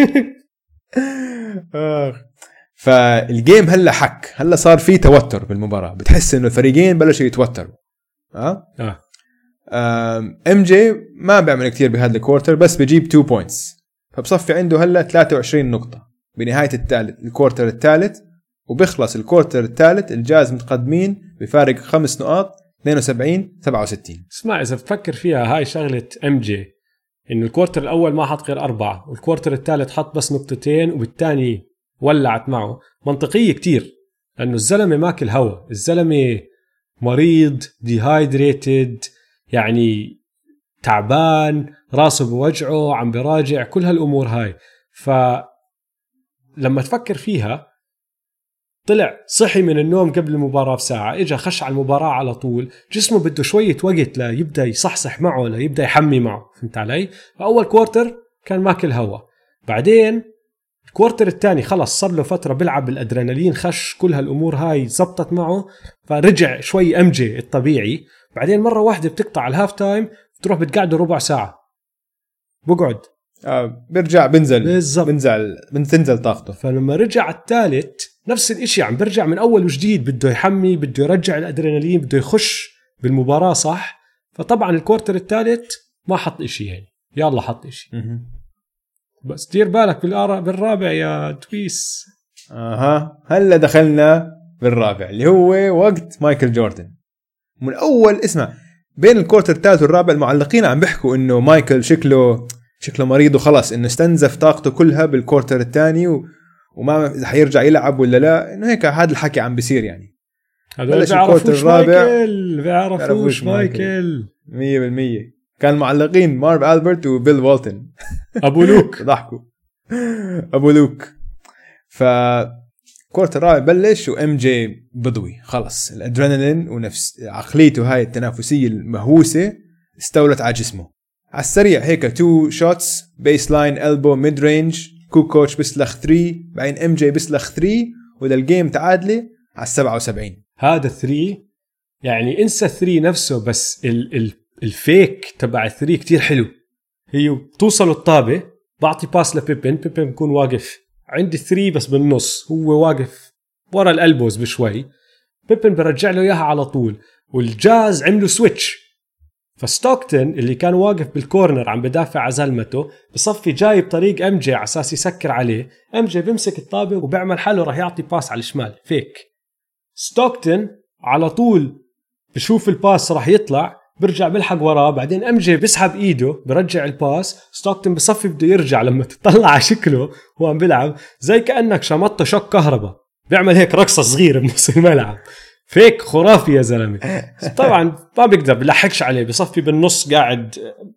فالجيم هلا حك، هلا صار في توتر بالمباراة، بتحس إنه الفريقين بلشوا يتوتروا. أه آه. ام جي ما بيعمل كتير بهذا الكوارتر، بس بيجيب تو بوينتس، فبصفي عنده هلا ثلاثة وعشرين نقطة بنهاية الثالث الكوارتر الثالث، وبيخلص الكوارتر الثالث الجاز متقدمين بفارق خمس نقاط اثنين وسبعين سبعة وستين. اسمع إذا بتفكر فيها هاي شغلة ام جي، إنه الكوارتر الأول ما حط غير أربعة والكوارتر الثالث حط بس نقطتين وبالتاني ولعت معه، منطقية كتير لأنه الزلمة ماكل هوا، الزلمة مريض ديهايدريتد يعني تعبان، راسه بوجعه، عم براجع، كل هالأمور هاي. فلما تفكر فيها طلع صحي من النوم قبل المباراة بساعة، إجا خش على المباراة على طول، جسمه بده شوية وقت ليبدأ يصحصح معه ليبدأ يحمي معه، فهمت علي؟ فأول كوارتر كان ماكل هوا، بعدين الكوارتر الثاني خلص صار له فترة بيلعب الأدرينالين، خش كل هالأمور هاي زبطت معه، فرجع شوي أمجي الطبيعي. بعدين مرة واحدة بتقطع الهاف تايم، بتروح بتقعده ربع ساعة بقعد آه بيرجع بنزل بالزبط. بنزل بنتنزل طاقته. فلما رجع الثالث نفس الاشي، عم برجع من أول وجديد، بده يحمي، بده يرجع الأدرينالين، بده يخش بالمباراة صح. فطبعا الكوارتر الثالث ما حط إشي، يعني يلا حط إشي. بس دير بالك بالرابع يا تويس. اها هلا دخلنا بالرابع اللي هو وقت مايكل جوردن. من اول اسمع بين الكورتر الثالث والرابع المعلقين عم بيحكوا انه مايكل شكله شكله مريض وخلص، انه استنزف طاقته كلها بالكورتر الثاني و... وما اذا حيرجع يلعب ولا لا، انه هيك هذا الحكي عم بيصير يعني. هذول بيعرفوش مايكل بيعرفوش مايكل مية بالمية. كان معلقين مارف ألبرت وبيل والتون أبو لوك ضحكوا أبو لوك. فكورت الرابع بلش وإم جي بضوي خلص، الأدرينالين ونفس عقليته هاي التنافسية المهووسة استولت على جسمه. على السريع هيك تو شوتس بيس لاين ألبو ميد رينج، كو كوتش بسلخ ثري، بعدين إم جي بسلخ ثري، وده الجيم تعادله على السبعة وسبعين. هذا ثري يعني انسى ثري نفسه، بس ال ال الفيك تبع الثري كتير حلو. هي توصل الطابة، بعطي باس لبيبن، بيبن بكون واقف عند الثري بس بالنص، هو واقف ورا الألبوز بشوي، بيبن برجع له إياها على طول، والجاز عملوا سويتش. فستوكتن اللي كان واقف بالكورنر عم بدافع على زلمته بصفي جاي بطريق أم جي على أساس يسكر عليه، أم جي بيمسك الطابة وبيعمل حاله راح يعطي باس على الشمال فيك. ستوكتن على طول بشوف الباس راح يطلع، برجع بلحق وراه، بعدين ام جي بيسحب ايده برجع الباس، ستوكتن بصفي بده يرجع. لما تطلع على شكله هو عم بيلعب زي كأنك شمطته شوك كهرباء، بيعمل هيك رقصة صغيرة بنص الملعب. فيك خرافي يا زلمه. طبعا ما بيقدر بلحقش عليه بصفي بالنص قاعد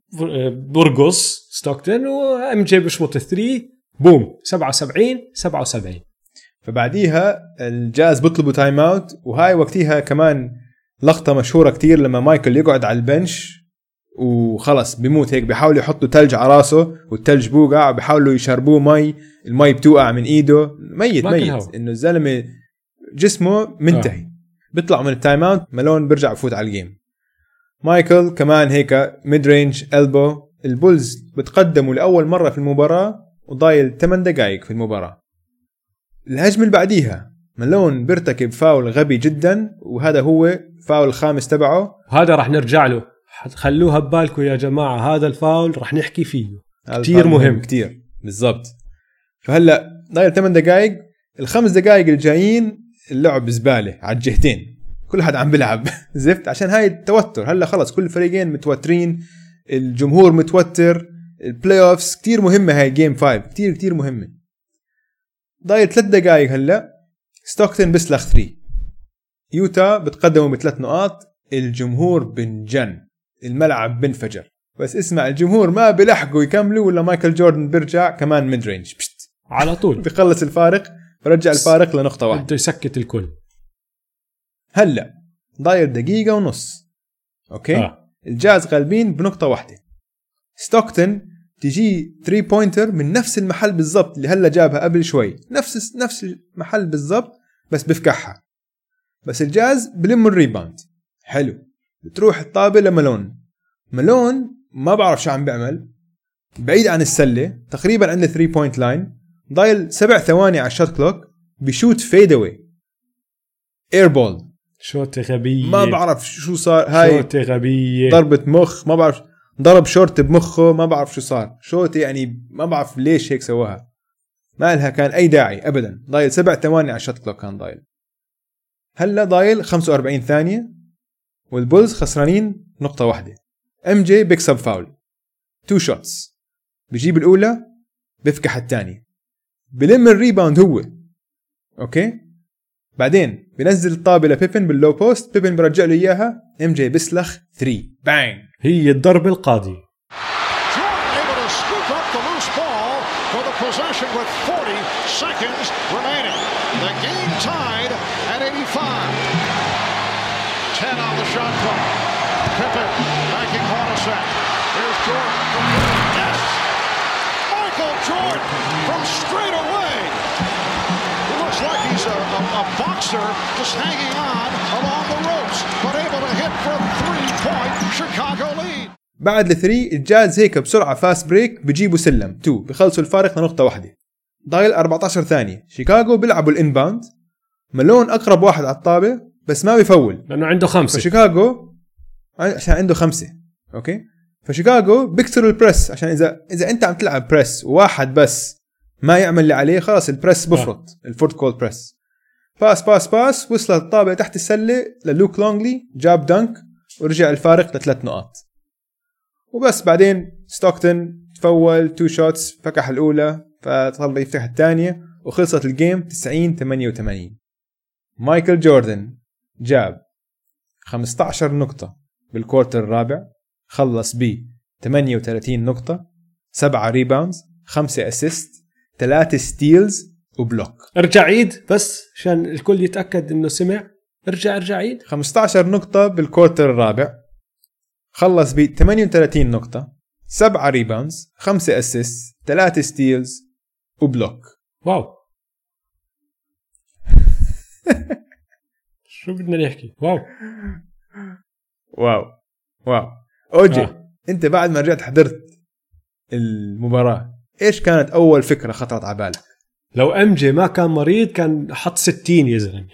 برقص ستوكتن وام جي بشمط ثلاثة بوم سبعة وسبعين سبعة وسبعين. فبعديها الجاز بيطلبوا تايم اوت وهاي وقتها كمان لقطة مشهورة كتير لما مايكل يقعد على البنش وخلص بيموت هيك بيحاولوا يحطوا تلج على راسه والتلج بوقع وبيحاولوا يشربوه مي المي بتوقع من ايده ميت ميت انه الزلمة جسمه منتهي. آه. بيطلع من التايم اوت مالون بيرجع يفوت على الجيم. مايكل كمان هيك ميد رينج البو. البولز بتقدموا لأول مرة في المباراة وضايل ثمانية دقائق في المباراة. الهجمة اللي بعديها مالون بيرتكب فاول غبي جدا وهذا هو فاول الخامس تبعه. هذا راح نرجع له خلوها ببالكم يا جماعة هذا الفاول راح نحكي فيه كتير مهم كتير بالضبط. فهلأ ضايل ثمانية دقائق الخمس دقائق الجايين اللعب زبالة على الجهتين كل حد عم بلعب زفت عشان هاي التوتر. هلأ خلص كل فريقين متوترين الجمهور متوتر البلاي اوفز كتير مهمة هاي جيم فايف كتير كتير مهمة. ضايل ثلاث دقائق هلأ ستوكتن بسلخ ثري يوتا بتقدموا بثلاث نقاط. الجمهور بنجن الملعب بنفجر بس اسمع الجمهور ما بيلحقوا يكملوا ولا مايكل جوردن بيرجع كمان ميد رينج على طول بيخلص الفارق برجع الفارق لنقطة واحدة بده يسكت الكل. هلأ ضايل دقيقة ونص أوكي آه. الجاز غالبين بنقطة واحدة. ستوكتن تجي ثري بوينتر من نفس المحل بالضبط اللي هلا جابها قبل شوي نفس نفس المحل بالضبط بس بفكحها بس الجاز بلم الريباوند حلو بتروح الطابة لمالون. مالون ما بعرف شو عم بيعمل بعيد عن السلة تقريبا عند ثري بوينت لاين ضايل سبع ثواني على الشوت كلوك بيشوت فيدوي اير بول شوت غبية ما بعرف شو صار هاي شوت غبية ضربة مخ ما بعرف ضرب شورت بمخه ما بعرف شو صار شوت يعني ما بعرف ليش هيك سواها ما لها كان أي داعي أبدا. ضايل سبع ثواني على الشوت كلوك كان ضايل. هلا ضايل خمسة وأربعين ثانية والبولز خسرانين نقطة واحدة. ام جي بيكسب فاول تو شوتس بيجيب الأولى بفكح الثانية بلم الريباوند هو أوكي بعدين بنزل الطابة لبيبن باللو بوست بيبن برجع له إياها ام جي بسلخ ثري بانج هي الضرب القاضي. ten on the shot clock. Pippen banking Hornacek. Here's Jordan from yes! Michael Jordan from straight away. He looks like he's a, a, a boxer just hanging on along the ropes, but able to hit for three-point Chicago lead. بعد الثري الجاز هيك بسرعة فاست بريك بيجيبوا سلم تو بيخلصوا الفارق لنقطة واحدة. ضايل أربعة عشر ثانية شيكاغو بيلعبوا الانباوند. مالون أقرب واحد على الطابة بس ما بيفول لأنه عنده خمسة. فشيكاغو عشان عنده خمسة أوكي فشيكاغو بيكسروا البريس عشان إذا إذا أنت عم تلعب بريس وواحد بس ما يعمل اللي عليه خلاص البريس بفرط آه. الفورت كول بريس باس باس باس وصلت الطابة تحت السلة للوك لونغلي جاب دنك ورجع الفارق لثلاث نقاط وبس. بعدين ستوكتن تفول تو شوتس فكح الأولى فطلع يفتح الثانية وخلصت الجيم تسعين ثمانية وثمانين. مايكل جوردن جاب خمسة عشر نقطة بالكورتر الرابع خلص ب ثمانية وثلاثين نقطة سبعة ريباوندز خمسة أسيست ثلاثة ستيلز وبلوك. ارجع عيد بس عشان الكل يتأكد انه سمع. ارجع ارجع عيد. خمسة عشر نقطة بالكورتر الرابع خلص ب ثمانية وثلاثين نقطة سبعة ريباوندز خمسة أسيست ثلاثة ستيلز وبلوك. واو شو بدنا نحكي. واو واو واو اوجي آه. انت بعد ما رجعت حضرت المباراة ايش كانت اول فكرة خطرت على بالك؟ لو ام جي ما كان مريض كان حط ستين يا زلمه.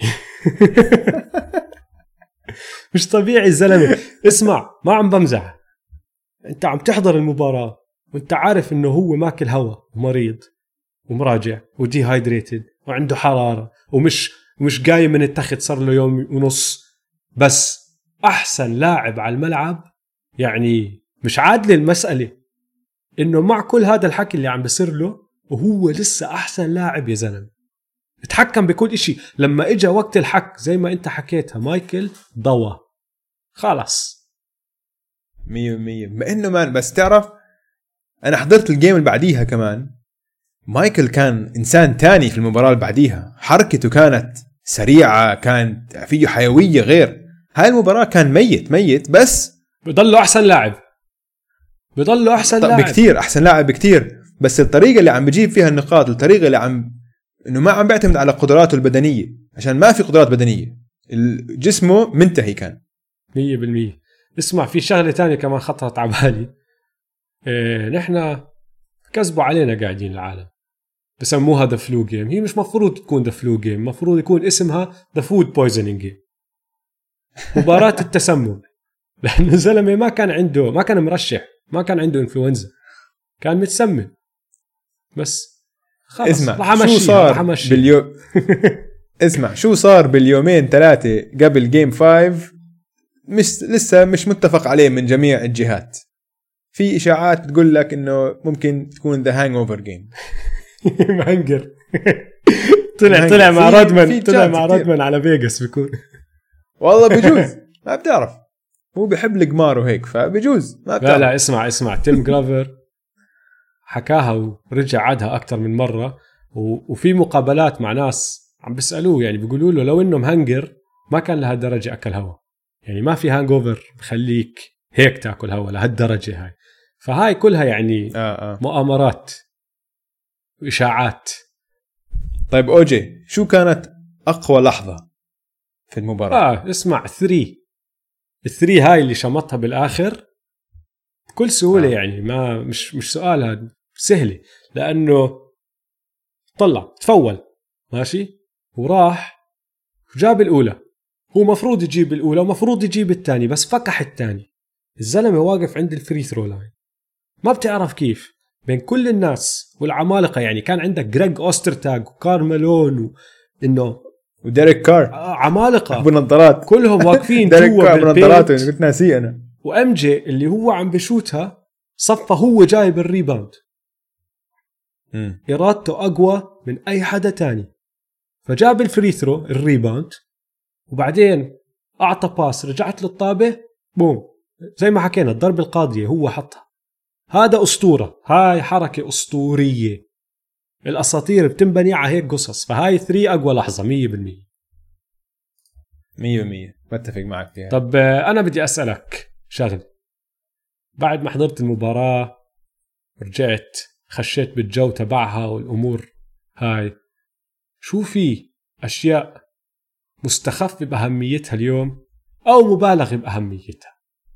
مش طبيعي الزلمه. اسمع ما عم بمزح انت عم تحضر المباراة وانت عارف انه هو ماكل هوا ومريض ومراجع ودي هايدريتد وعنده حرارة ومش مش قايم من التخت صار له يوم ونص بس أحسن لاعب على الملعب. يعني مش عادل المسألة إنه مع كل هذا الحكي اللي عم بصير له وهو لسه أحسن لاعب يا زلمة. تحكم بكل إشي. لما إجا وقت الحك زي ما أنت حكيتها مايكل ضوى خلاص مية مية. ما إنه مان بس تعرف أنا حضرت الجيم اللي بعديها كمان. مايكل كان إنسان تاني في المباراة اللي بعديها. حركته كانت سريعة كانت فيه حيوية غير. هاي المباراة كان ميت ميت بس بضله أحسن لاعب بضله أحسن لاعب بكتير أحسن لاعب بكتير. بس الطريقة اللي عم بجيب فيها النقاط الطريقة اللي عم إنه ما عم بيعتمد على قدراته البدنية عشان ما في قدرات بدنية. جسمه منتهي كان مية بالمية. اسمع في شغلة تانية كمان خطرت على بالي. إيه نحن كذبوا علينا قاعدين العالم بسموها The Flu Game. هي مش مفروض تكون The Flu Game. مفروض يكون اسمها The Food Poisoning Game. مباراة التسمم. لأنه الزلمة ما كان عنده ما كان مرشح ما كان عنده إنفلونزا كان متسمم بس خلاص. اسمع شو صار باليوم اسمع شو صار باليومين ثلاثة قبل جيم فايف مش لسه مش متفق عليه من جميع الجهات. في إشاعات تقول لك إنه ممكن تكون The Hangover Game. مهنجر طلع طلع مع رودمان طلع مع رودمان على فيغاس بيكون والله بجوز ما بتعرف هو بيحب القمار وهيك فبجوز ما بتعرف. لا لا اسمع اسمع تيم جرافر حكاها ورجع عادها أكتر من مرة وفي مقابلات مع ناس عم بيسألوه يعني بيقولوا له لو إنه مهنجر ما كان لهالدرجة أكل هوا. يعني ما في هانغوفر بخليك هيك تاكل هوا لهالدرجة هاي. فهاي كلها يعني آه آه. مؤامرات وإشاعات. طيب أوجي شو كانت أقوى لحظة في المباراة؟ آه اسمع ثري الثري هاي اللي شمطها بالآخر بكل سهولة. آه. يعني ما مش مش سؤالها سهلة لأنه طلع تفول ماشي وراح جاب الأولى. هو مفروض يجيب الأولى ومفروض يجيب الثاني بس فكح الثاني. الزلمة واقف عند الفري ثرو لاين ما بتعرف كيف بين كل الناس والعمالقة. يعني كان عندك غريغ أوسترتاغ وكارميلون وإنه وديريك كار عمالقة بنظارات كلهم واقفين جوا بنظاراته كنت ناسيه أنا. وأم جي اللي هو عم بشوتها صفى هو جايب الريباوند. إرادته أقوى من أي حدا تاني فجاب الفري ثرو الريباوند وبعدين أعطى باس رجعت للطابة بوم زي ما حكينا الضربة القاضية هو حطها. هذا أسطورة. هاي حركة أسطورية. الأساطير بتنبني على هيك قصص. فهاي ثري أقوى لحظة مية بالمية. مية بالمية بتفق معك فيها. طب أنا بدي أسألك شغل. بعد ما حضرت المباراة رجعت خشيت بالجو تبعها والأمور هاي شو في أشياء مستخف بأهميتها اليوم أو مبالغ بأهميتها؟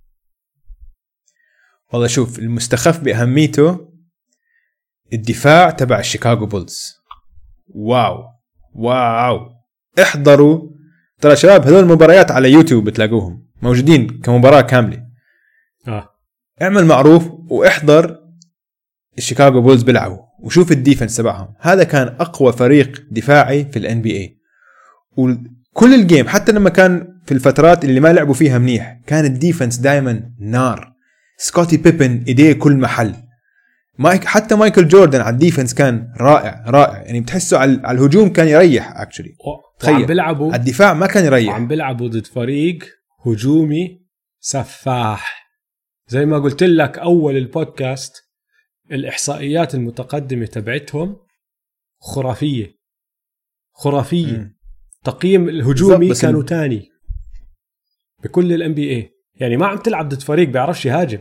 والله شوف المستخف بأهميته الدفاع تبع الشيكاغو بولز. واو واو احضروا ترى شباب هذول المباريات على يوتيوب بتلاقوهم موجودين كمباراة كاملة. آه. اعمل معروف واحضر الشيكاغو بولز بيلعبوا وشوف الديفنس تبعهم. هذا كان أقوى فريق دفاعي في الان بي اي وكل الجيم حتى لما كان في الفترات اللي ما لعبوا فيها منيح كان الديفنس دايما نار. سكوتي بيبن ايديه كل محل. مايك حتى مايكل جوردن على الديفنس كان رائع رائع. يعني بتحسه على الهجوم كان يريح اكشلي. تخيل بيلعبوا على الدفاع ما كان يريح. عم بيلعبوا ضد فريق هجومي سفاح. زي ما قلت لك اول البودكاست الاحصائيات المتقدمه تبعتهم خرافيه خرافيه. م. تقييم الهجومي كانوا تاني بكل الان بي اي. يعني ما عم تلعب ضد فريق بيعرفش يهاجم.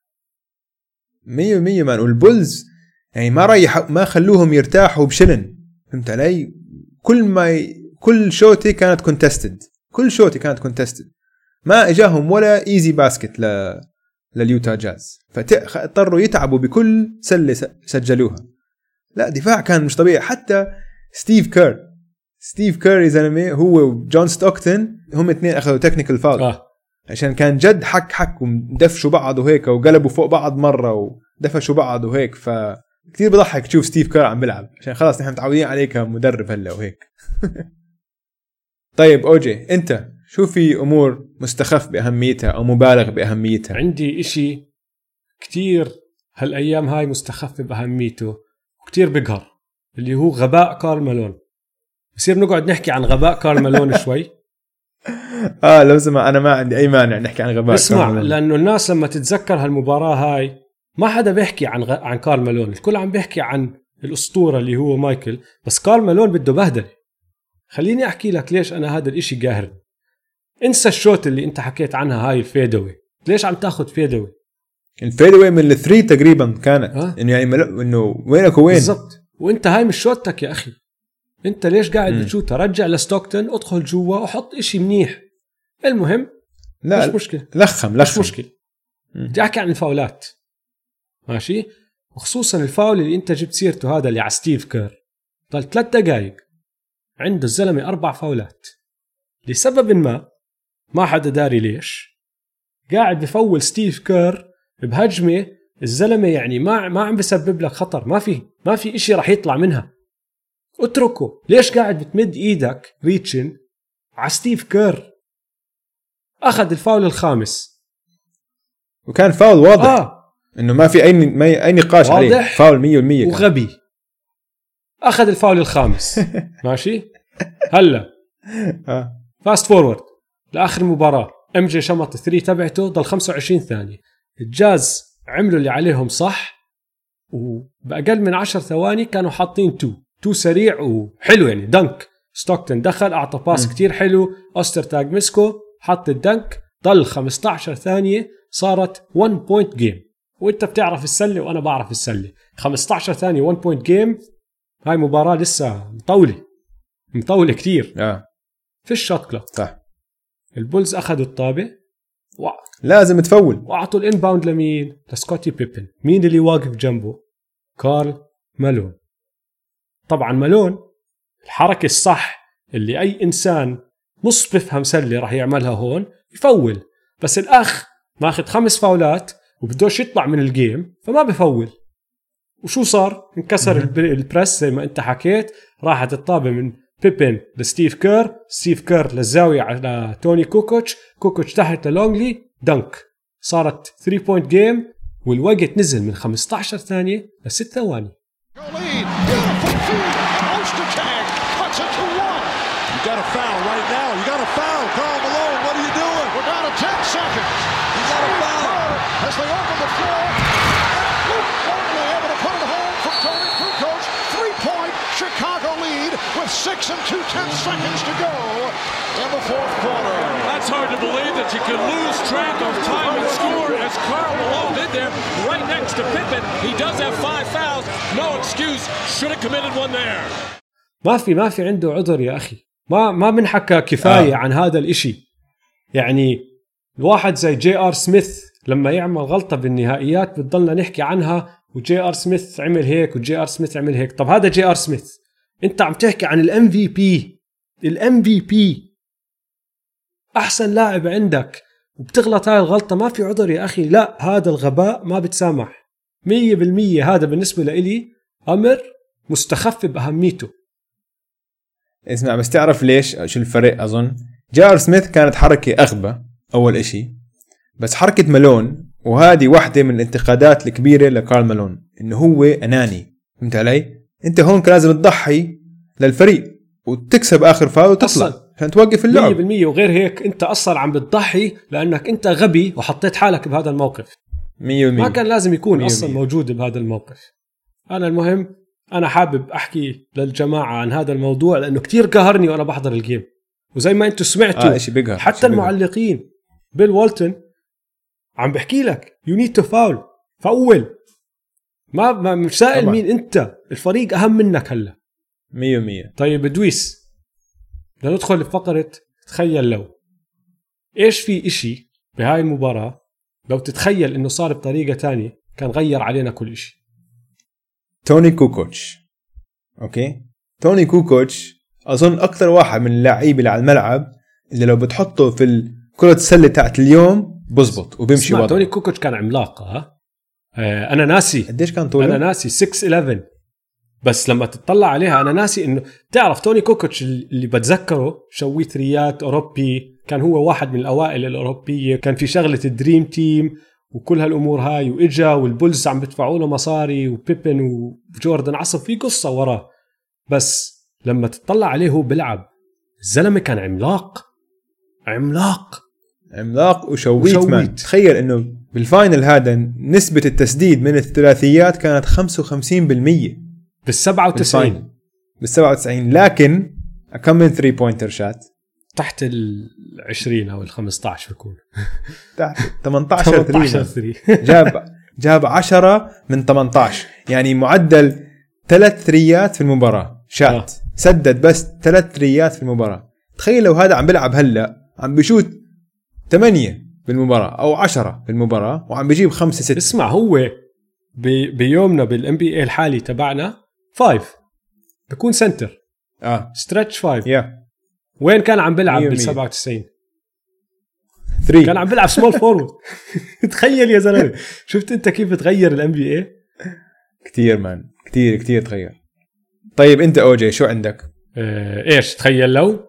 مية مية مان. والبولز يعني ما ريح ما خلوهم يرتاحوا بشلن. فهمت علي؟ كل ما ي... كل شوتي كانت كونتستد. كل شوتي كانت كونتستد. ما اجاهم ولا ايزي باسكت ل... لليوتا جاز. فاضطروا يتعبوا بكل سلة سجلوها. لا دفاع كان مش طبيعي. حتى ستيف كير ستيف كير يا زلمه هو وجون ستوكتون هم اثنين اخذوا تكنيكال فاول. آه. عشان كان جد حك حك ودفشوا بعض وهيك وقلبوا فوق بعض مرة ودفشوا بعض وهيك. فكتير بضحك تشوف ستيف كير عم بلعب عشان خلاص نحن متعودين عليه كمدرب هلا وهيك. طيب أوجي أنت شو في أمور مستخف بأهميتها أو مبالغ بأهميتها؟ عندي إشي كتير هالأيام هاي مستخف بأهميته وكتير بقهر اللي هو غباء كارميلون بصير نقعد نحكي عن غباء كارل مالون شوي. اه لو سمع انا ما عندي اي مانع نحكي عن غباء. اسمع، لانه الناس لما تتذكر هالمباراه هاي ما حدا بيحكي عن غ... عن كارل مالون، الكل عم بيحكي عن الاسطوره اللي هو مايكل، بس كارل مالون بده بهدله. خليني احكي لك ليش انا هذا الاشي قاهر. انسى الشوت اللي انت حكيت عنها هاي الفيدوي، ليش عم تاخذ فيدوي؟ الفيدوي من الثري تقريبا كانت أه؟ انه يعني مل... انه وينك وين بالضبط، وانت هاي مش شوتك يا اخي. انت ليش قاعد بتشوتها؟ رجع لستوكتون، ادخل جوا وحط اشي منيح. المهم لا مش مشكله، لخم لخم مش مشكله. بدي احكي عن الفاولات ماشي، وخصوصا الفاول اللي انت جبت سيرته هذا اللي على ستيف كير. ضل ثلاث دقائق عنده الزلمه اربع فاولات لسبب ما ما حدا داري ليش. قاعد بفول ستيف كير بهجمه الزلمه يعني ما ما عم بسبب لك خطر، ما في ما في اشي راح يطلع منها. اتركه. ليش قاعد بتمد ايدك ريتشن على ستيف كير؟ اخذ الفاول الخامس وكان فاول واضح آه. انه ما في اي ما اي نقاش عليه، فاول مية بالمية وغبي. اخذ الفاول الخامس ماشي. هلا آه. فاست فورورد لاخر مباراه، ام جي شمط ثري تبعته ضل خمسة وعشرين ثانيه. الجاز عملوا اللي عليهم صح، وباقل من عشر ثواني كانوا حاطين تو تو سريع وحلو يعني دنك. ستوكتون دخل اعطى باس م. كتير حلو، اوسترتاغ مسكو حط الدنك، ضل خمسة عشر ثانيه، صارت one point game. وانت بتعرف السله وانا بعرف السله، خمسة عشر ثانيه one point game. هاي مباراه لسه مطوله مطوله كتير آه. في الشوت كلوك. صح. البولز اخذوا الطابه و... لازم تفول، واعطوا الانباوند لمين؟ لسكوتي بيبن. مين اللي واقف جنبه؟ كارل مالون. طبعا مالون الحركه الصح اللي اي انسان نص بفهم سله راح يعملها هون، يفول. بس الاخ ماخذ خمس فاولات وبدوش يطلع من الجيم فما بفول. وشو صار؟ انكسر البريس زي ما انت حكيت، راحت الطابه من بيبن لستيف كير، ستيف كير للزاويه على توني كوكوتش، كوكوتش تحت لونغلي، دنك. صارت ثري بوينت جيم، والوقت نزل من خمسة عشر ثانيه لست ثواني. Six and two tenths seconds to go in the fourth quarter. That's hard to believe that you can lose track of time and score as Karl Malone did there, right next to Pippen. He does have five fouls. No excuse. Should have committed one there. ما في ما في عنده عذر يا أخي. ما ما بنحكى كفاية آه. عن هذا الإشي. يعني الواحد زي جي آر سميث لما يعمل غلطة بالنهائيات بتضلنا نحكي عنها، وجي آر سميث عمل هيك وجي آر سميث عمل هيك. طب هذا جي آر سميث، انت عم تحكي عن الام في بي، الام في بي احسن لاعب عندك، وبتغلط هاي الغلطة. ما في عذر يا اخي. لا، هذا الغباء ما بتسامح مية بالمية. هذا بالنسبة لإلي امر مستخف باهميته. اسمع، بس تعرف ليش شو الفرق؟ اظن جار سميث كانت حركة اغبى اول اشي، بس حركة مالون، وهذه واحدة من الانتقادات الكبيرة لكارل مالون، انه هو اناني. فهمت علي؟ انت هون لازم تضحي للفريق وتكسب اخر فاول وتطلع عشان توقف اللعب مية بالمية. وغير هيك انت اصلا عم بتضحي لانك انت غبي وحطيت حالك بهذا الموقف. مية بالمية ما كان لازم يكون اصلا موجود بهذا الموقف. انا المهم انا حابب احكي للجماعة عن هذا الموضوع لانه كتير قهرني وانا بحضر الجيم، وزي ما انتم سمعتوا آه حتى المعلقين بيل والتون عم بحكي لك you need to foul، فاول. ما ما مش سائل طبعا. مين انت؟ الفريق اهم منك هلا مية مية. طيب دويس، بدنا ندخل لفقرة تخيل لو. ايش في اشي بهاي المباراة لو تتخيل انه صار بطريقة تانية كان غير علينا كل اشي؟ توني كوكوتش. اوكي، توني كوكوتش اظن اكثر واحد من اللاعبين اللي على الملعب اللي لو بتحطه في كرة السلة تاعت اليوم بزبط وبيمشي وضعه. توني كوكوتش كان عملاق. ها آه انا ناسي قديش كان طوله؟ انا ناسي ستة إحدى عشر، بس لما تطلع عليها انا ناسي انه تعرف توني كوكوتش اللي بتذكره شوي ثريات اوروبي، كان هو واحد من الاوائل الاوروبيه، كان في شغله الدريم تيم وكل هالامور هاي، واجا والبولز عم بدفعوا له مصاري، وبيبن وجوردن عصب، في قصه وراه. بس لما تطلع عليه هو بيلعب الزلمة كان عملاق عملاق عملاق وشويت, وشويت. مان. تخيل انه بالفاينل هذا نسبة التسديد من الثلاثيات كانت خمسة وخمسين بالمية بالسبعة وتسعين بالسبعة وتسعين لكن كم من ثري بوينتر شات تحت العشرين أو الخمسة عشر بكون تحت ثمانية عشر ثري جاب جاب عشرة من ثمانية عشر يعني معدل ثلاث ثريات في المباراة شات آه. سدد بس ثلاث ثريات في المباراة. تخيل لو هذا عم بيلعب هلا عم بيشوت ثمانية بالمباراة أو عشرة بالمباراة وعم بيجيب خمسة ستة. اسمع هو بي بيومنا بالان بي اي الحالي تبعنا فايف بيكون سنتر اه ستريتش فايف yeah. وين كان عم بيلعب بالسبعة وتسعين ثري كان عم بيلعب سمول فورورد. تخيل يا زلمة شفت انت كيف تغير الان بي اي كتير مان كتير كتير تغير. طيب انت اوجي شو عندك؟ اه ايش تخيل لو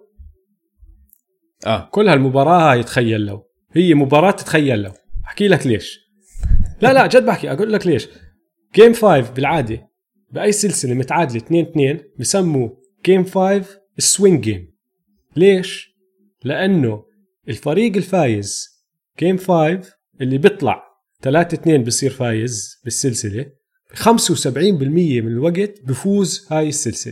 اه كل هالمباراة هاي تخيل لو هي مباراة تتخيل لو احكي لك ليش. لا لا جد بحكي اقول لك ليش. جيم فايف بالعادة بأي سلسلة متعادلة اثنين اثنين بسموا جيم فايف السوينج جيم. ليش؟ لأنه الفريق الفايز جيم فايف اللي بيطلع ثلاثة اثنين بصير فايز بالسلسلة خمسة وسبعين بالمية من الوقت بفوز هاي السلسلة.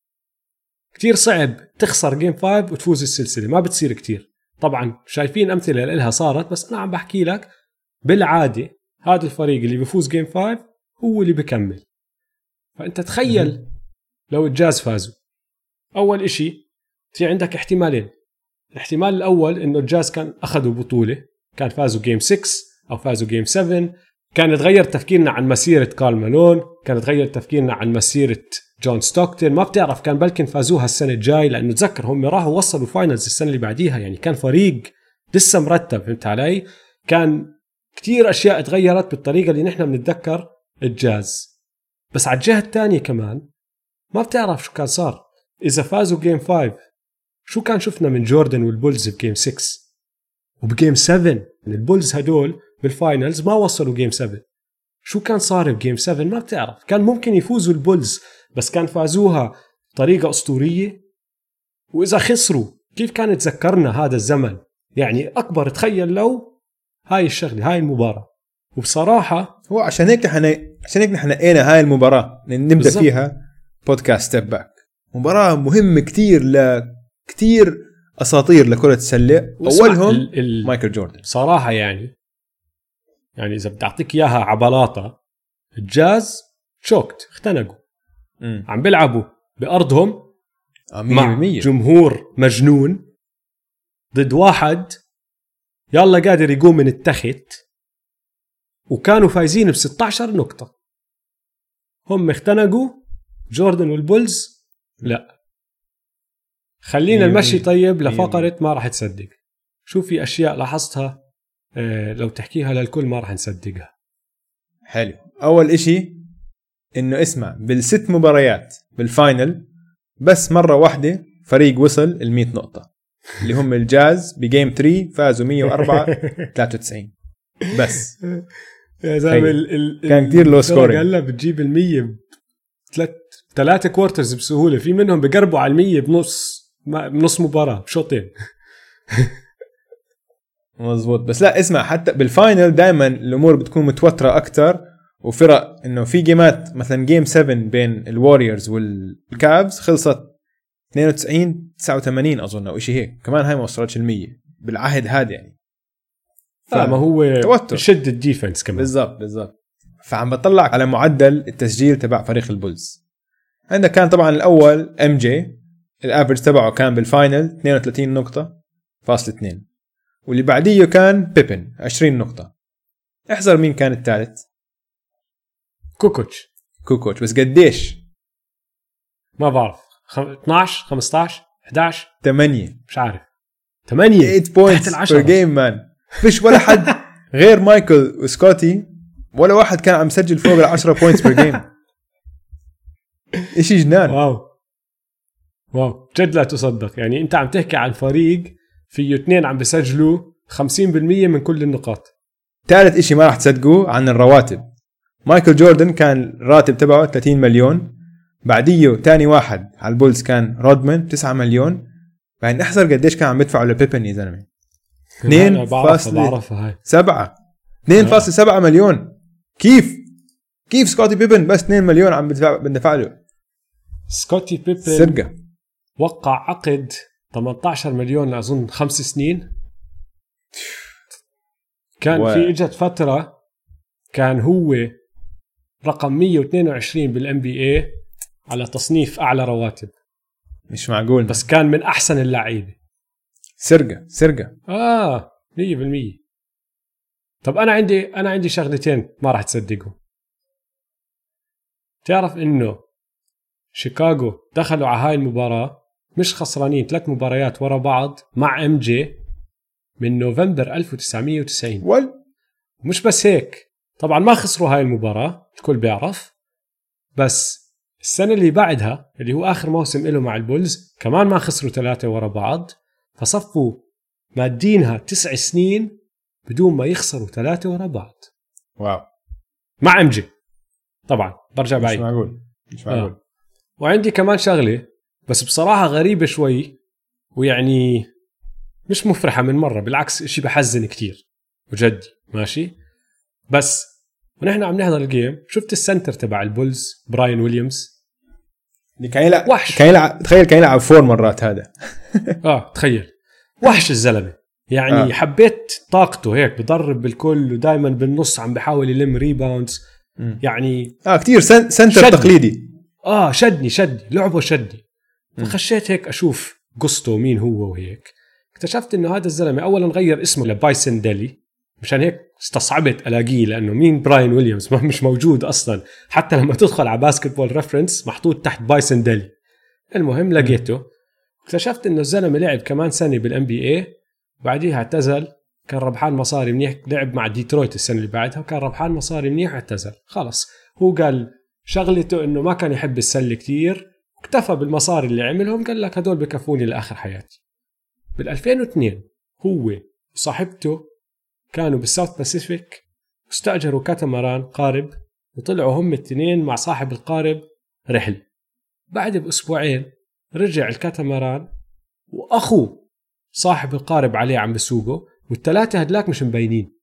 كتير صعب تخسر جيم فايف وتفوز السلسلة ما بتصير كتير. طبعا شايفين أمثلة لها صارت بس أنا عم بحكي لك بالعادة هذا الفريق اللي بفوز جيم فايف هو اللي بكمل. فأنت تخيل لو الجاز فازوا أول إشي في عندك احتمالين. الاحتمال الأول إنه الجاز كان أخذوا بطولة كان فازوا جيم ستة أو فازوا جيم سبعة كان يتغير تفكيرنا عن مسيرة كارل مالون كان يتغير تفكيرنا عن مسيرة جون ستوكتون ما بتعرف كان بلكن فازوها السنة الجاي لأنه تذكر هم راحوا وصلوا فاينلز السنة اللي بعديها يعني كان فريق لسه مرتب. فهمت علي؟ كان كتير أشياء تغيرت بالطريقة اللي نحن بنتذكر الجاز. بس على الجهة الثانية كمان ما بتعرف شو كان صار إذا فازوا جيم فايف شو كان شفنا من جوردن والبولز بجيم ستة وبجيم سبعة. البولز هدول بالفاينلز ما وصلوا جيم سبعة شو كان صار بجيم سبعة ما بتعرف. كان ممكن يفوزوا البولز بس كان فازوها طريقة أسطورية. وإذا خسروا كيف كان يتذكرنا هذا الزمن يعني أكبر. تخيل لو هاي الشغلة هاي المباراة. وبصراحة هو عشان هيك نحن عشان هيك نحن نقينا هاي المباراة نبدأ بالزبط. فيها بودكاست ستيب باك. مباراة مهمة كتير لكتير أساطير لكرة السلة أولهم ال ال مايكل جوردن. صراحة يعني يعني إذا بتعطيك إياها عبلاطة الجاز شوكت اختنقوا م. عم بيلعبوا بأرضهم مع جمهور مجنون ضد واحد يلا قادر يقوم من التخت وكانوا فايزين بستة عشر نقطة. هم اختنقوا جوردن والبولز لا. خلينا المشي طيب لفقرة ما راح تصدق. شو في أشياء لاحظتها اه لو تحكيها للكل ما راح نصدقها. حلو. أول إشي إنه اسمع بالست مباريات بالفاينل بس مرة واحدة فريق وصل المية نقطة اللي هم الجاز بجيم ثلاثة فازوا مية وأربعة ثلاثة وتسعين بس. يا زلمة كان كتير لو سكورينج. هلا بتجيب المية ثلاث ثلاثة كوارترز بسهولة. في منهم بقربوا على المية بنص بنص مباراة بشوطين. مزبوط. بس لا اسمع حتى بالفاينل دائما الأمور بتكون متوترة أكتر وفرق إنه في جيمات مثلا جيم سبعة بين الواريورز والكابز خلصت اثنين وتسعين تسعة وثمانين أظن أو إشي هيك كمان هاي ما وصلتش المية بالعهد هذا يعني. فما هو توتر. شد الديفنس كمان. بالضبط بالضبط. فعم بطلع على معدل التسجيل تبع فريق البولز. عندك كان طبعا الأول إم جي الافرج تبعه كان بالفاينل اثنين وثلاثين نقطة فاصل اثنين واللي بعديه كان بيبن عشرين نقطة. احذر مين كان الثالث. كوكوتش. كوكوتش بس قديش ما بعرف. اثناشر خمسة عشر إحدى عشر ثمانية مش عارف. ثمانية ثمانية بوينتس بير جيم مان. فيش ولا حد غير مايكل وسكوتي ولا واحد كان عم يسجل فوق العشرة بوينتس بير جيم. إشي جنان. واو واو جد لا تصدق. يعني انت عم تحكي عن فريق فيه اثنين عم بيسجلوا خمسين بالمية من كل النقاط. ثالث إشي ما راح تصدقوه عن الرواتب. مايكل جوردن كان راتب تبعه ثلاثين مليون بعديه تاني واحد على البولز كان رودمان تسعة مليون. بعدين احذر قديش كان عم يدفعوا لبيبن يا زلمه اثنين فاصلة سبعة اثنين فاصلة سبعة مليون. كيف كيف سكوتي بيبن بس اثنين مليون عم بدفع بدفع له؟ سكوتي بيبن سرقة. وقع عقد ثمانية عشر مليون اظن خمس سنين. كان و... في اجت فتره كان هو رقم مية واثنين وعشرين بالان بي اي على تصنيف اعلى رواتب. مش معقول. بس كان من احسن اللعيبه. سرقة سرقة اه مية بالمية. طب انا عندي انا عندي شغلتين ما راح تصدقوا. تعرف انه شيكاغو دخلوا على هاي المباراة مش خسرانين ثلاث مباريات ورا بعض مع ام جي من نوفمبر ألف وتسعمية وتسعين. وال مش بس هيك، طبعا ما خسروا هاي المباراة الكل بيعرف، بس السنة اللي بعدها اللي هو آخر موسم له مع البولز كمان ما خسروا ثلاثة ورا بعض، فصفوا مادينها تسع سنين بدون ما يخسروا ثلاثة ورا بعض. واو. مع ام جي طبعا برجع بعيد. مش معقول مش معقول. آه. وعندي كمان شغلة بس بصراحة غريبة شوي، ويعني مش مفرحة من مرة، بالعكس اشي بحزن كتير وجدي ماشي. بس ونحن عم نحضر الجيم شفت السنتر تبع البولز براين ويليامز اللي كان يلعب وحش. كان يلعب تخيل كان يلعب فور مرات هذا. اه تخيل وحش الزلمة يعني. آه. حبيت طاقته هيك بضرب بالكل ودايما بالنص عم بحاول يلم ريباوندز يعني. اه كتير سن... سنتر شدني. تقليدي. اه شدني شدني لعبه شدني. فخشيت هيك اشوف قصته مين هو، وهيك اكتشفت انه هذا الزلمه اولا غير اسمه لبايسن ديلي، مشان هيك استصعبت الاقيه لانه مين براين ويليامز ما مش موجود اصلا، حتى لما تدخل على باسكتبول ريفرنس محطوط تحت بايسن ديلي. المهم لقيته، اكتشفت انه الزلمه لعب كمان سنه بالان بي اي، بعديها اعتزل، كان ربحان مصاري منيح، لعب مع ديترويت السنه اللي بعدها وكان ربحان مصاري منيح واعتزل خلص. هو قال شغلته انه ما كان يحب السله كتير، اكتفى بالمصاري اللي عملهم، قال لك هدول بكفوني لاخر حياتي. بالألفين واثنين هو وصاحبته كانوا بالساوث باسيفيك واستأجروا كاتاماران قارب وطلعوا هم الاثنين مع صاحب القارب رحلة. بعد بأسبوعين رجع الكاتاماران وأخو صاحب القارب عليه عم بسوقه، والثلاثة هدلاك مش مبينين.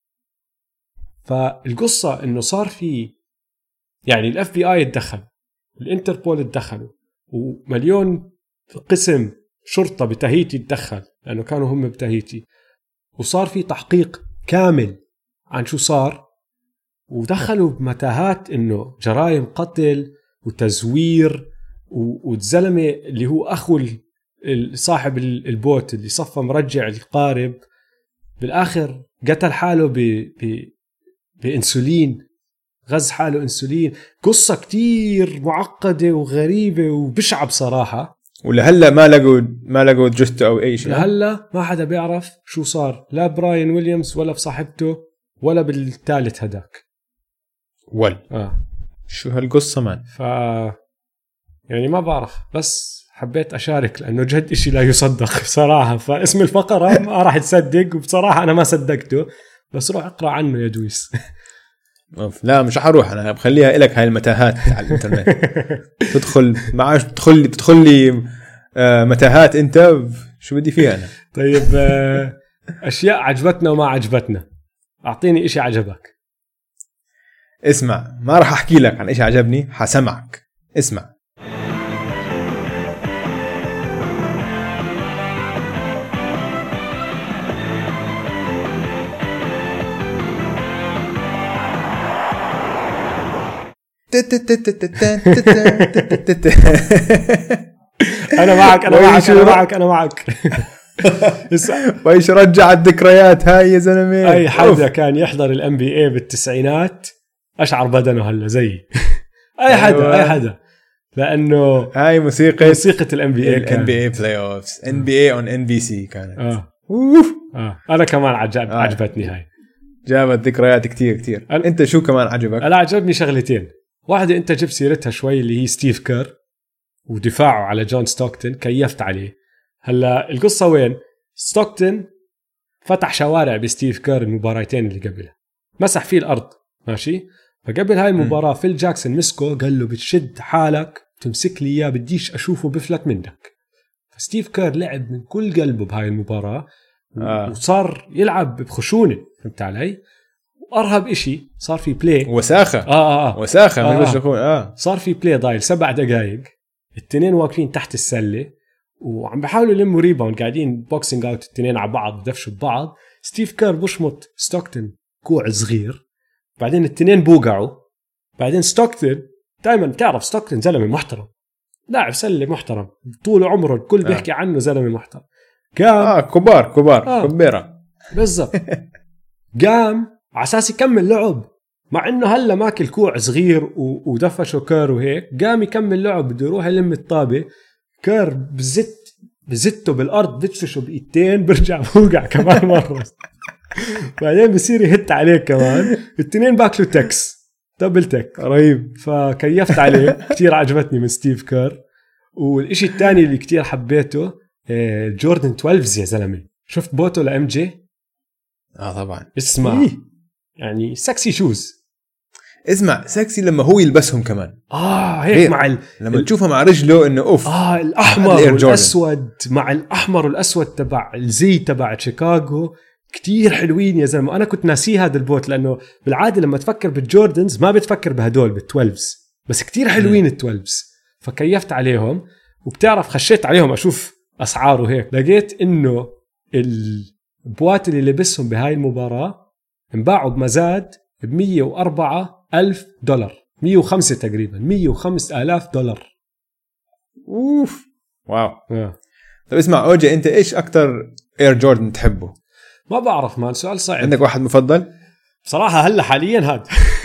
فالقصة إنه صار في يعني الاف بي اي اتدخل، الانتربول اتدخلوا، ومليون قسم شرطة بتاهيتي اتدخل لأنه كانوا هم بتاهيتي، وصار في تحقيق كامل عن شو صار، ودخلوا بمتاهات إنه جرائم قتل وتزوير، والزلمة اللي هو أخو صاحب البوت اللي صفى مرجع القارب بالآخر قتل حاله ب... ب... بإنسولين، غز حاله إنسولين. قصة كتير معقدة وغريبة وبشعة بصراحة. ولهلا ما لقوا ما لقوا جثته أو أي شيء. لهلا ما حدا بيعرف شو صار، لا براين ويليامز ولا بصاحبته ولا بالثالث هداك. ول آه. شو هالقصة مان؟ ف يعني ما بعرف، بس حبيت أشارك لأنه جد إشي لا يصدق بصراحة. فاسم الفقرة ما راح تصدق، وبصراحة أنا ما صدقته، بس روح اقرأ عنه يا دويس. لا مش حروح أنا، بخليها لك هاي المتاهات على الإنترنت. تدخل معاش تدخل لي تدخل لي متاهات أنت شو بدي فيها أنا. طيب أشياء عجبتنا وما عجبتنا، أعطيني إشي عجبك. اسمع، ما راح أحكي لك عن إشي عجبني، حسمعك. اسمع. أنا معك أنا معك أنا معك أنا معك. وإيش رجع الذكريات هاي يا زلمة. أي حدا كان يحضر الام بي اي بالتسعينات أشعر بدنه هلا زي أي حدا أي حدا، لأنه هاي موسيقى موسيقى الام بي اي الام بي اي بلاي اوفز، ان بي اي اون ان بي سي كانت. آه. آه. أنا كمان عجب آه. عجبتني هاي، جابت ذكريات كتير كتير. أنا... أنت شو كمان عجبك؟ أنا عجبني شغلتين، واحدة أنت جبت سيرتها شوي اللي هي ستيف كير ودفاعه على جون ستوكتون، كيفت عليه. هلا القصة وين؟ ستوكتون فتح شوارع بستيف كير المباراتين اللي قبلها، مسح فيه الأرض ماشي. فقبل هاي المباراة فيل جاكسون مسكه قال له بتشد حالك تمسك لي إياه بديش أشوفه بفلت منك. فستيف كير لعب من كل قلبه بهاي المباراة آه. وصار يلعب بخشونة. فهمت علي؟ وأرهب إشي صار في بلاي وساخة آه آه آه. وساخة آه. مش بخون آه. صار في بلاي ضايل سبع دقايق التنين واقفين تحت السلة وعم بحاولوا يلموا ريباوند قاعدين بوكسينج اوت التنين على بعض بدفشوا ببعض. ستيف كير بشمط ستوكتون كوع صغير بعدين التنين بوقعوا بعدين ستوكتون دائما بتعرف ستوكتون زلمة محترم لاعب سلة محترم طول عمره الكل آه. بيحكي عنه زلمة محترم قام آه كبار كبار آه. كبيرة بالضبط قام على اساس يكمل لعب مع انه هلا ماكل كوع صغير و... ودفشه كير وهيك قام يكمل لعب بده يروح يلم الطابه كير بزت بزته بالارض بدفشه بايدتين برجع بوقع كمان مره بعدين بصير يهت عليه كمان التنين باكلوا تكس دبل تك رهيب. فكيفت عليه كتير عجبتني من ستيف كير. والإشي الثاني اللي كتير حبيته جوردن اثنا عشر يا زلمه شفت بوتو لام جي اه طبعا اسمع إيه؟ يعني سكسي شوز اسمع سكسي لما هو يلبسهم كمان اه هيك غير. مع ال... لما تشوفها مع رجله انه اوف اه الاحمر والاسود مع الاحمر والاسود تبع الزي تبع شيكاغو كتير حلوين يا زلمه. انا كنت ناسي هذا البوت لانه بالعاده لما تفكر بالجوردنز ما بتفكر بهدول بالتويلفز بس كتير حلوين التويلفز فكيفت عليهم. وبتعرف خشيت عليهم اشوف اسعاره هيك لقيت انه البوات اللي لبسهم بهاي المباراه انباعوا بمزاد ب مية وأربعة ألف دولار مية وخمسة تقريبا مية وخمسة آلاف دولار. اوف واو آه. طب اسمع اوجي انت ايش اكتر اير جوردن تحبه؟ ما بعرف مان سؤال صعب. عندك واحد مفضل؟ بصراحه هلا حاليا هذا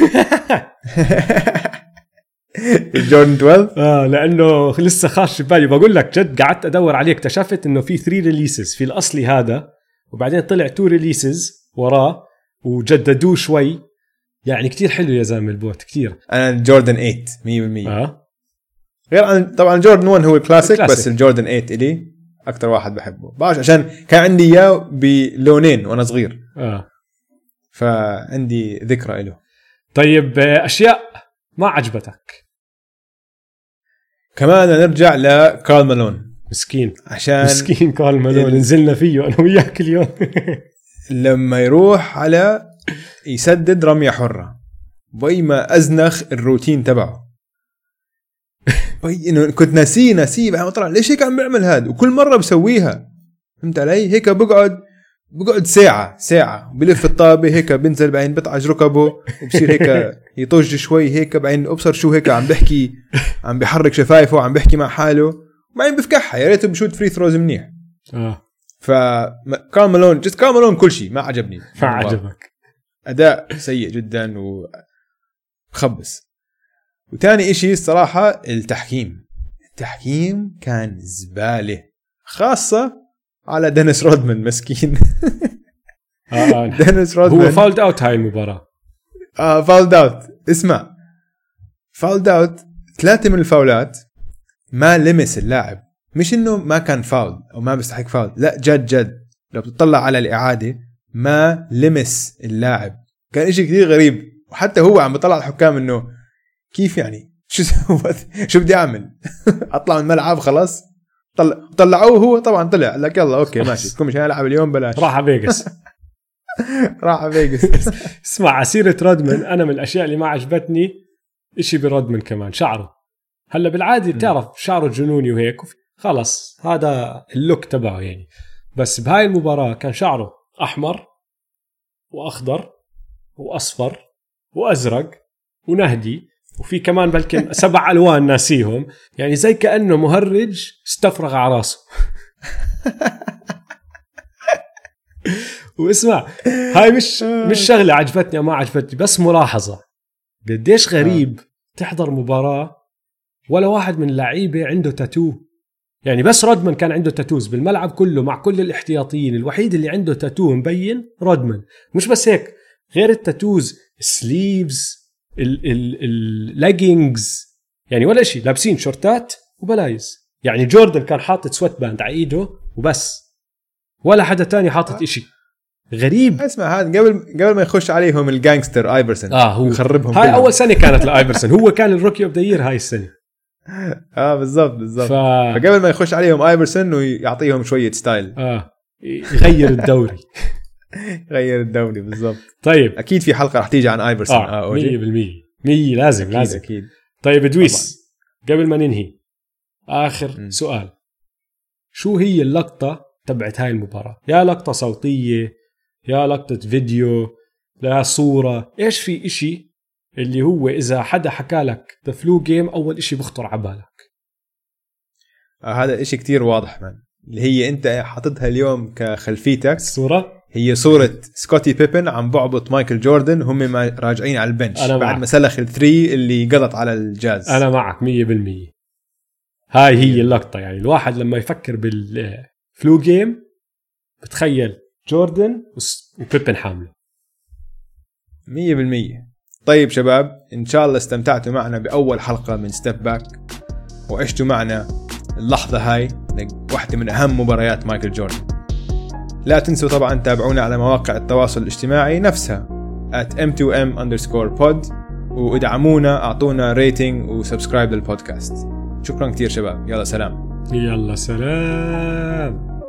الجوردن اثنا عشر اه لانه لسه خاش بالي بقول لك جد قعدت ادور عليه اكتشفت انه في ثلاثة ريليسز في الاصلي هذا وبعدين طلع تو ريليسز وراه وجددوه شوي يعني كتير حلو يا زلمه البوت كتير. انا جوردن ثمانية مية بالمية اه غير عن طبعا جوردن واحد هو الكلاسيك, الكلاسيك. بس الجوردن ثمانية الي اكتر واحد بحبه بعرف عشان كان عندي اياه بلونين وانا صغير اه فعندي ذكرى له. طيب اشياء ما عجبتك كمان نرجع لكارل مالون مسكين عشان مسكين كارل مالون ال... نزلنا فيه انا وياك اليوم لما يروح على يسدد رمية حرة بي ما أزنخ الروتين تبعه بي إنه كنت ناسيه ناسيه بعد ما طلع ليش هيك عم بيعمل هاد وكل مرة بسويها فهمت علي هيك بقعد بقعد ساعة ساعة بلف الطابة هيك بنزل بعدين بتعج ركبه وبصير هيك يطج شوي هيك بعدين أبصر شو هيك عم بحكي عم بيحرك شفايفه عم بحكي مع حاله بعدين بفكحها يا ريته بشوت فري ثروز منيح. اه فكارل مالون جست كارل مالون كل شيء ما عجبني ما عجبك أداء سيء جدا وخبص. وتاني إشي الصراحة التحكيم التحكيم كان زبالة خاصة على دينيس رودمان مسكين آه دينيس رودمان هو فاولد اوت هاي المباراة اه فاولد اوت اسمع فاولد اوت ثلاثة من الفاولات ما لمس اللاعب مش انه ما كان فاول او ما بيستحق فاول لا جد جد لو بتطلع على الإعادة ما لمس اللاعب كان إشي كتير غريب. وحتى هو عم بيطلع الحكام انه كيف يعني شو شو بدي اعمل اطلع من الملعب خلاص طلع طلعوه هو طبعا طلع لك يلا اوكي ماشي كم مش هنلعب اليوم بلاش راح فيغاس راح فيغاس. اسمع عسيرة رودمان انا من الاشياء اللي ما عجبتني اشي برودمان كمان شعره هلا بالعادي بتعرف شعره جنوني وهيك خلص هذا اللوك تبعه يعني بس بهاي المباراة كان شعره احمر واخضر واصفر وازرق ونهدي وفي كمان بلكن سبع ألوان ناسيهم يعني زي كأنه مهرج استفرغ على راسه. واسمع هاي مش مش شغلة عجبتني أو ما عجبتني بس ملاحظة قديش غريب تحضر مباراة ولا واحد من اللعيبة عنده تاتو يعني بس رودمان كان عنده تاتوز بالملعب كله مع كل الاحتياطيين الوحيد اللي عنده تاتو مبين رودمان. مش بس هيك غير التاتوز سليفز اللاجينجز يعني ولا شيء لابسين شورتات وبلايز يعني جوردن كان حاطط سويت باند على ايده وبس ولا حدا تاني حاطط إشي غريب. اسمع هذا قبل قبل ما يخش عليهم الجانجستر ايفرسون اه هو يخربهم هاي كلهم. اول سنه كانت لايفرسون هو كان الروكي اوف ذا يير هاي السنه اه بالضبط بالضبط. ف... فقبل ما يخش عليهم ايفرسون ويعطيهم شويه ستايل اه يغير الدوري. غير الدوري بالضبط. طيب اكيد في حلقه رح تيجي عن ايفرسون. اه, آه مية بالمية مية لازم أكيد لازم أكيد. طيب دويس طبعا. قبل ما ننهي اخر م. سؤال، شو هي اللقطه تبعت هاي المباراه؟ يا لقطه صوتيه، يا لقطه فيديو، لا صوره، ايش في اشي اللي هو اذا حدا حكى لك ذا فلو جيم اول اشي بخطر على بالك؟ آه هذا الاشي كتير واضح من اللي هي انت حاطتها اليوم كخلفيتك. الصوره هي صورة سكوتي بيبن عم بعبط مايكل جوردن هم راجعين على البنش بعد معك. ما سلخ الثري اللي قضت على الجاز. انا معك مية بالمية. هاي هي اللقطه، يعني الواحد لما يفكر بالفلو جيم بتخيل جوردن وبيبن حامله. مية بالمية. طيب شباب، إن شاء الله استمتعتوا معنا بأول حلقة من ستيب باك وعشتوا معنا اللحظة هاي واحدة من أهم مباريات مايكل جوردن. لا تنسوا طبعا تابعونا على مواقع التواصل الاجتماعي نفسها at إم تو إم underscore pod وادعمونا، أعطونا ريتنج وسبسكرايب للبودكاست. شكرا كتير شباب، يلا سلام. يلا سلام.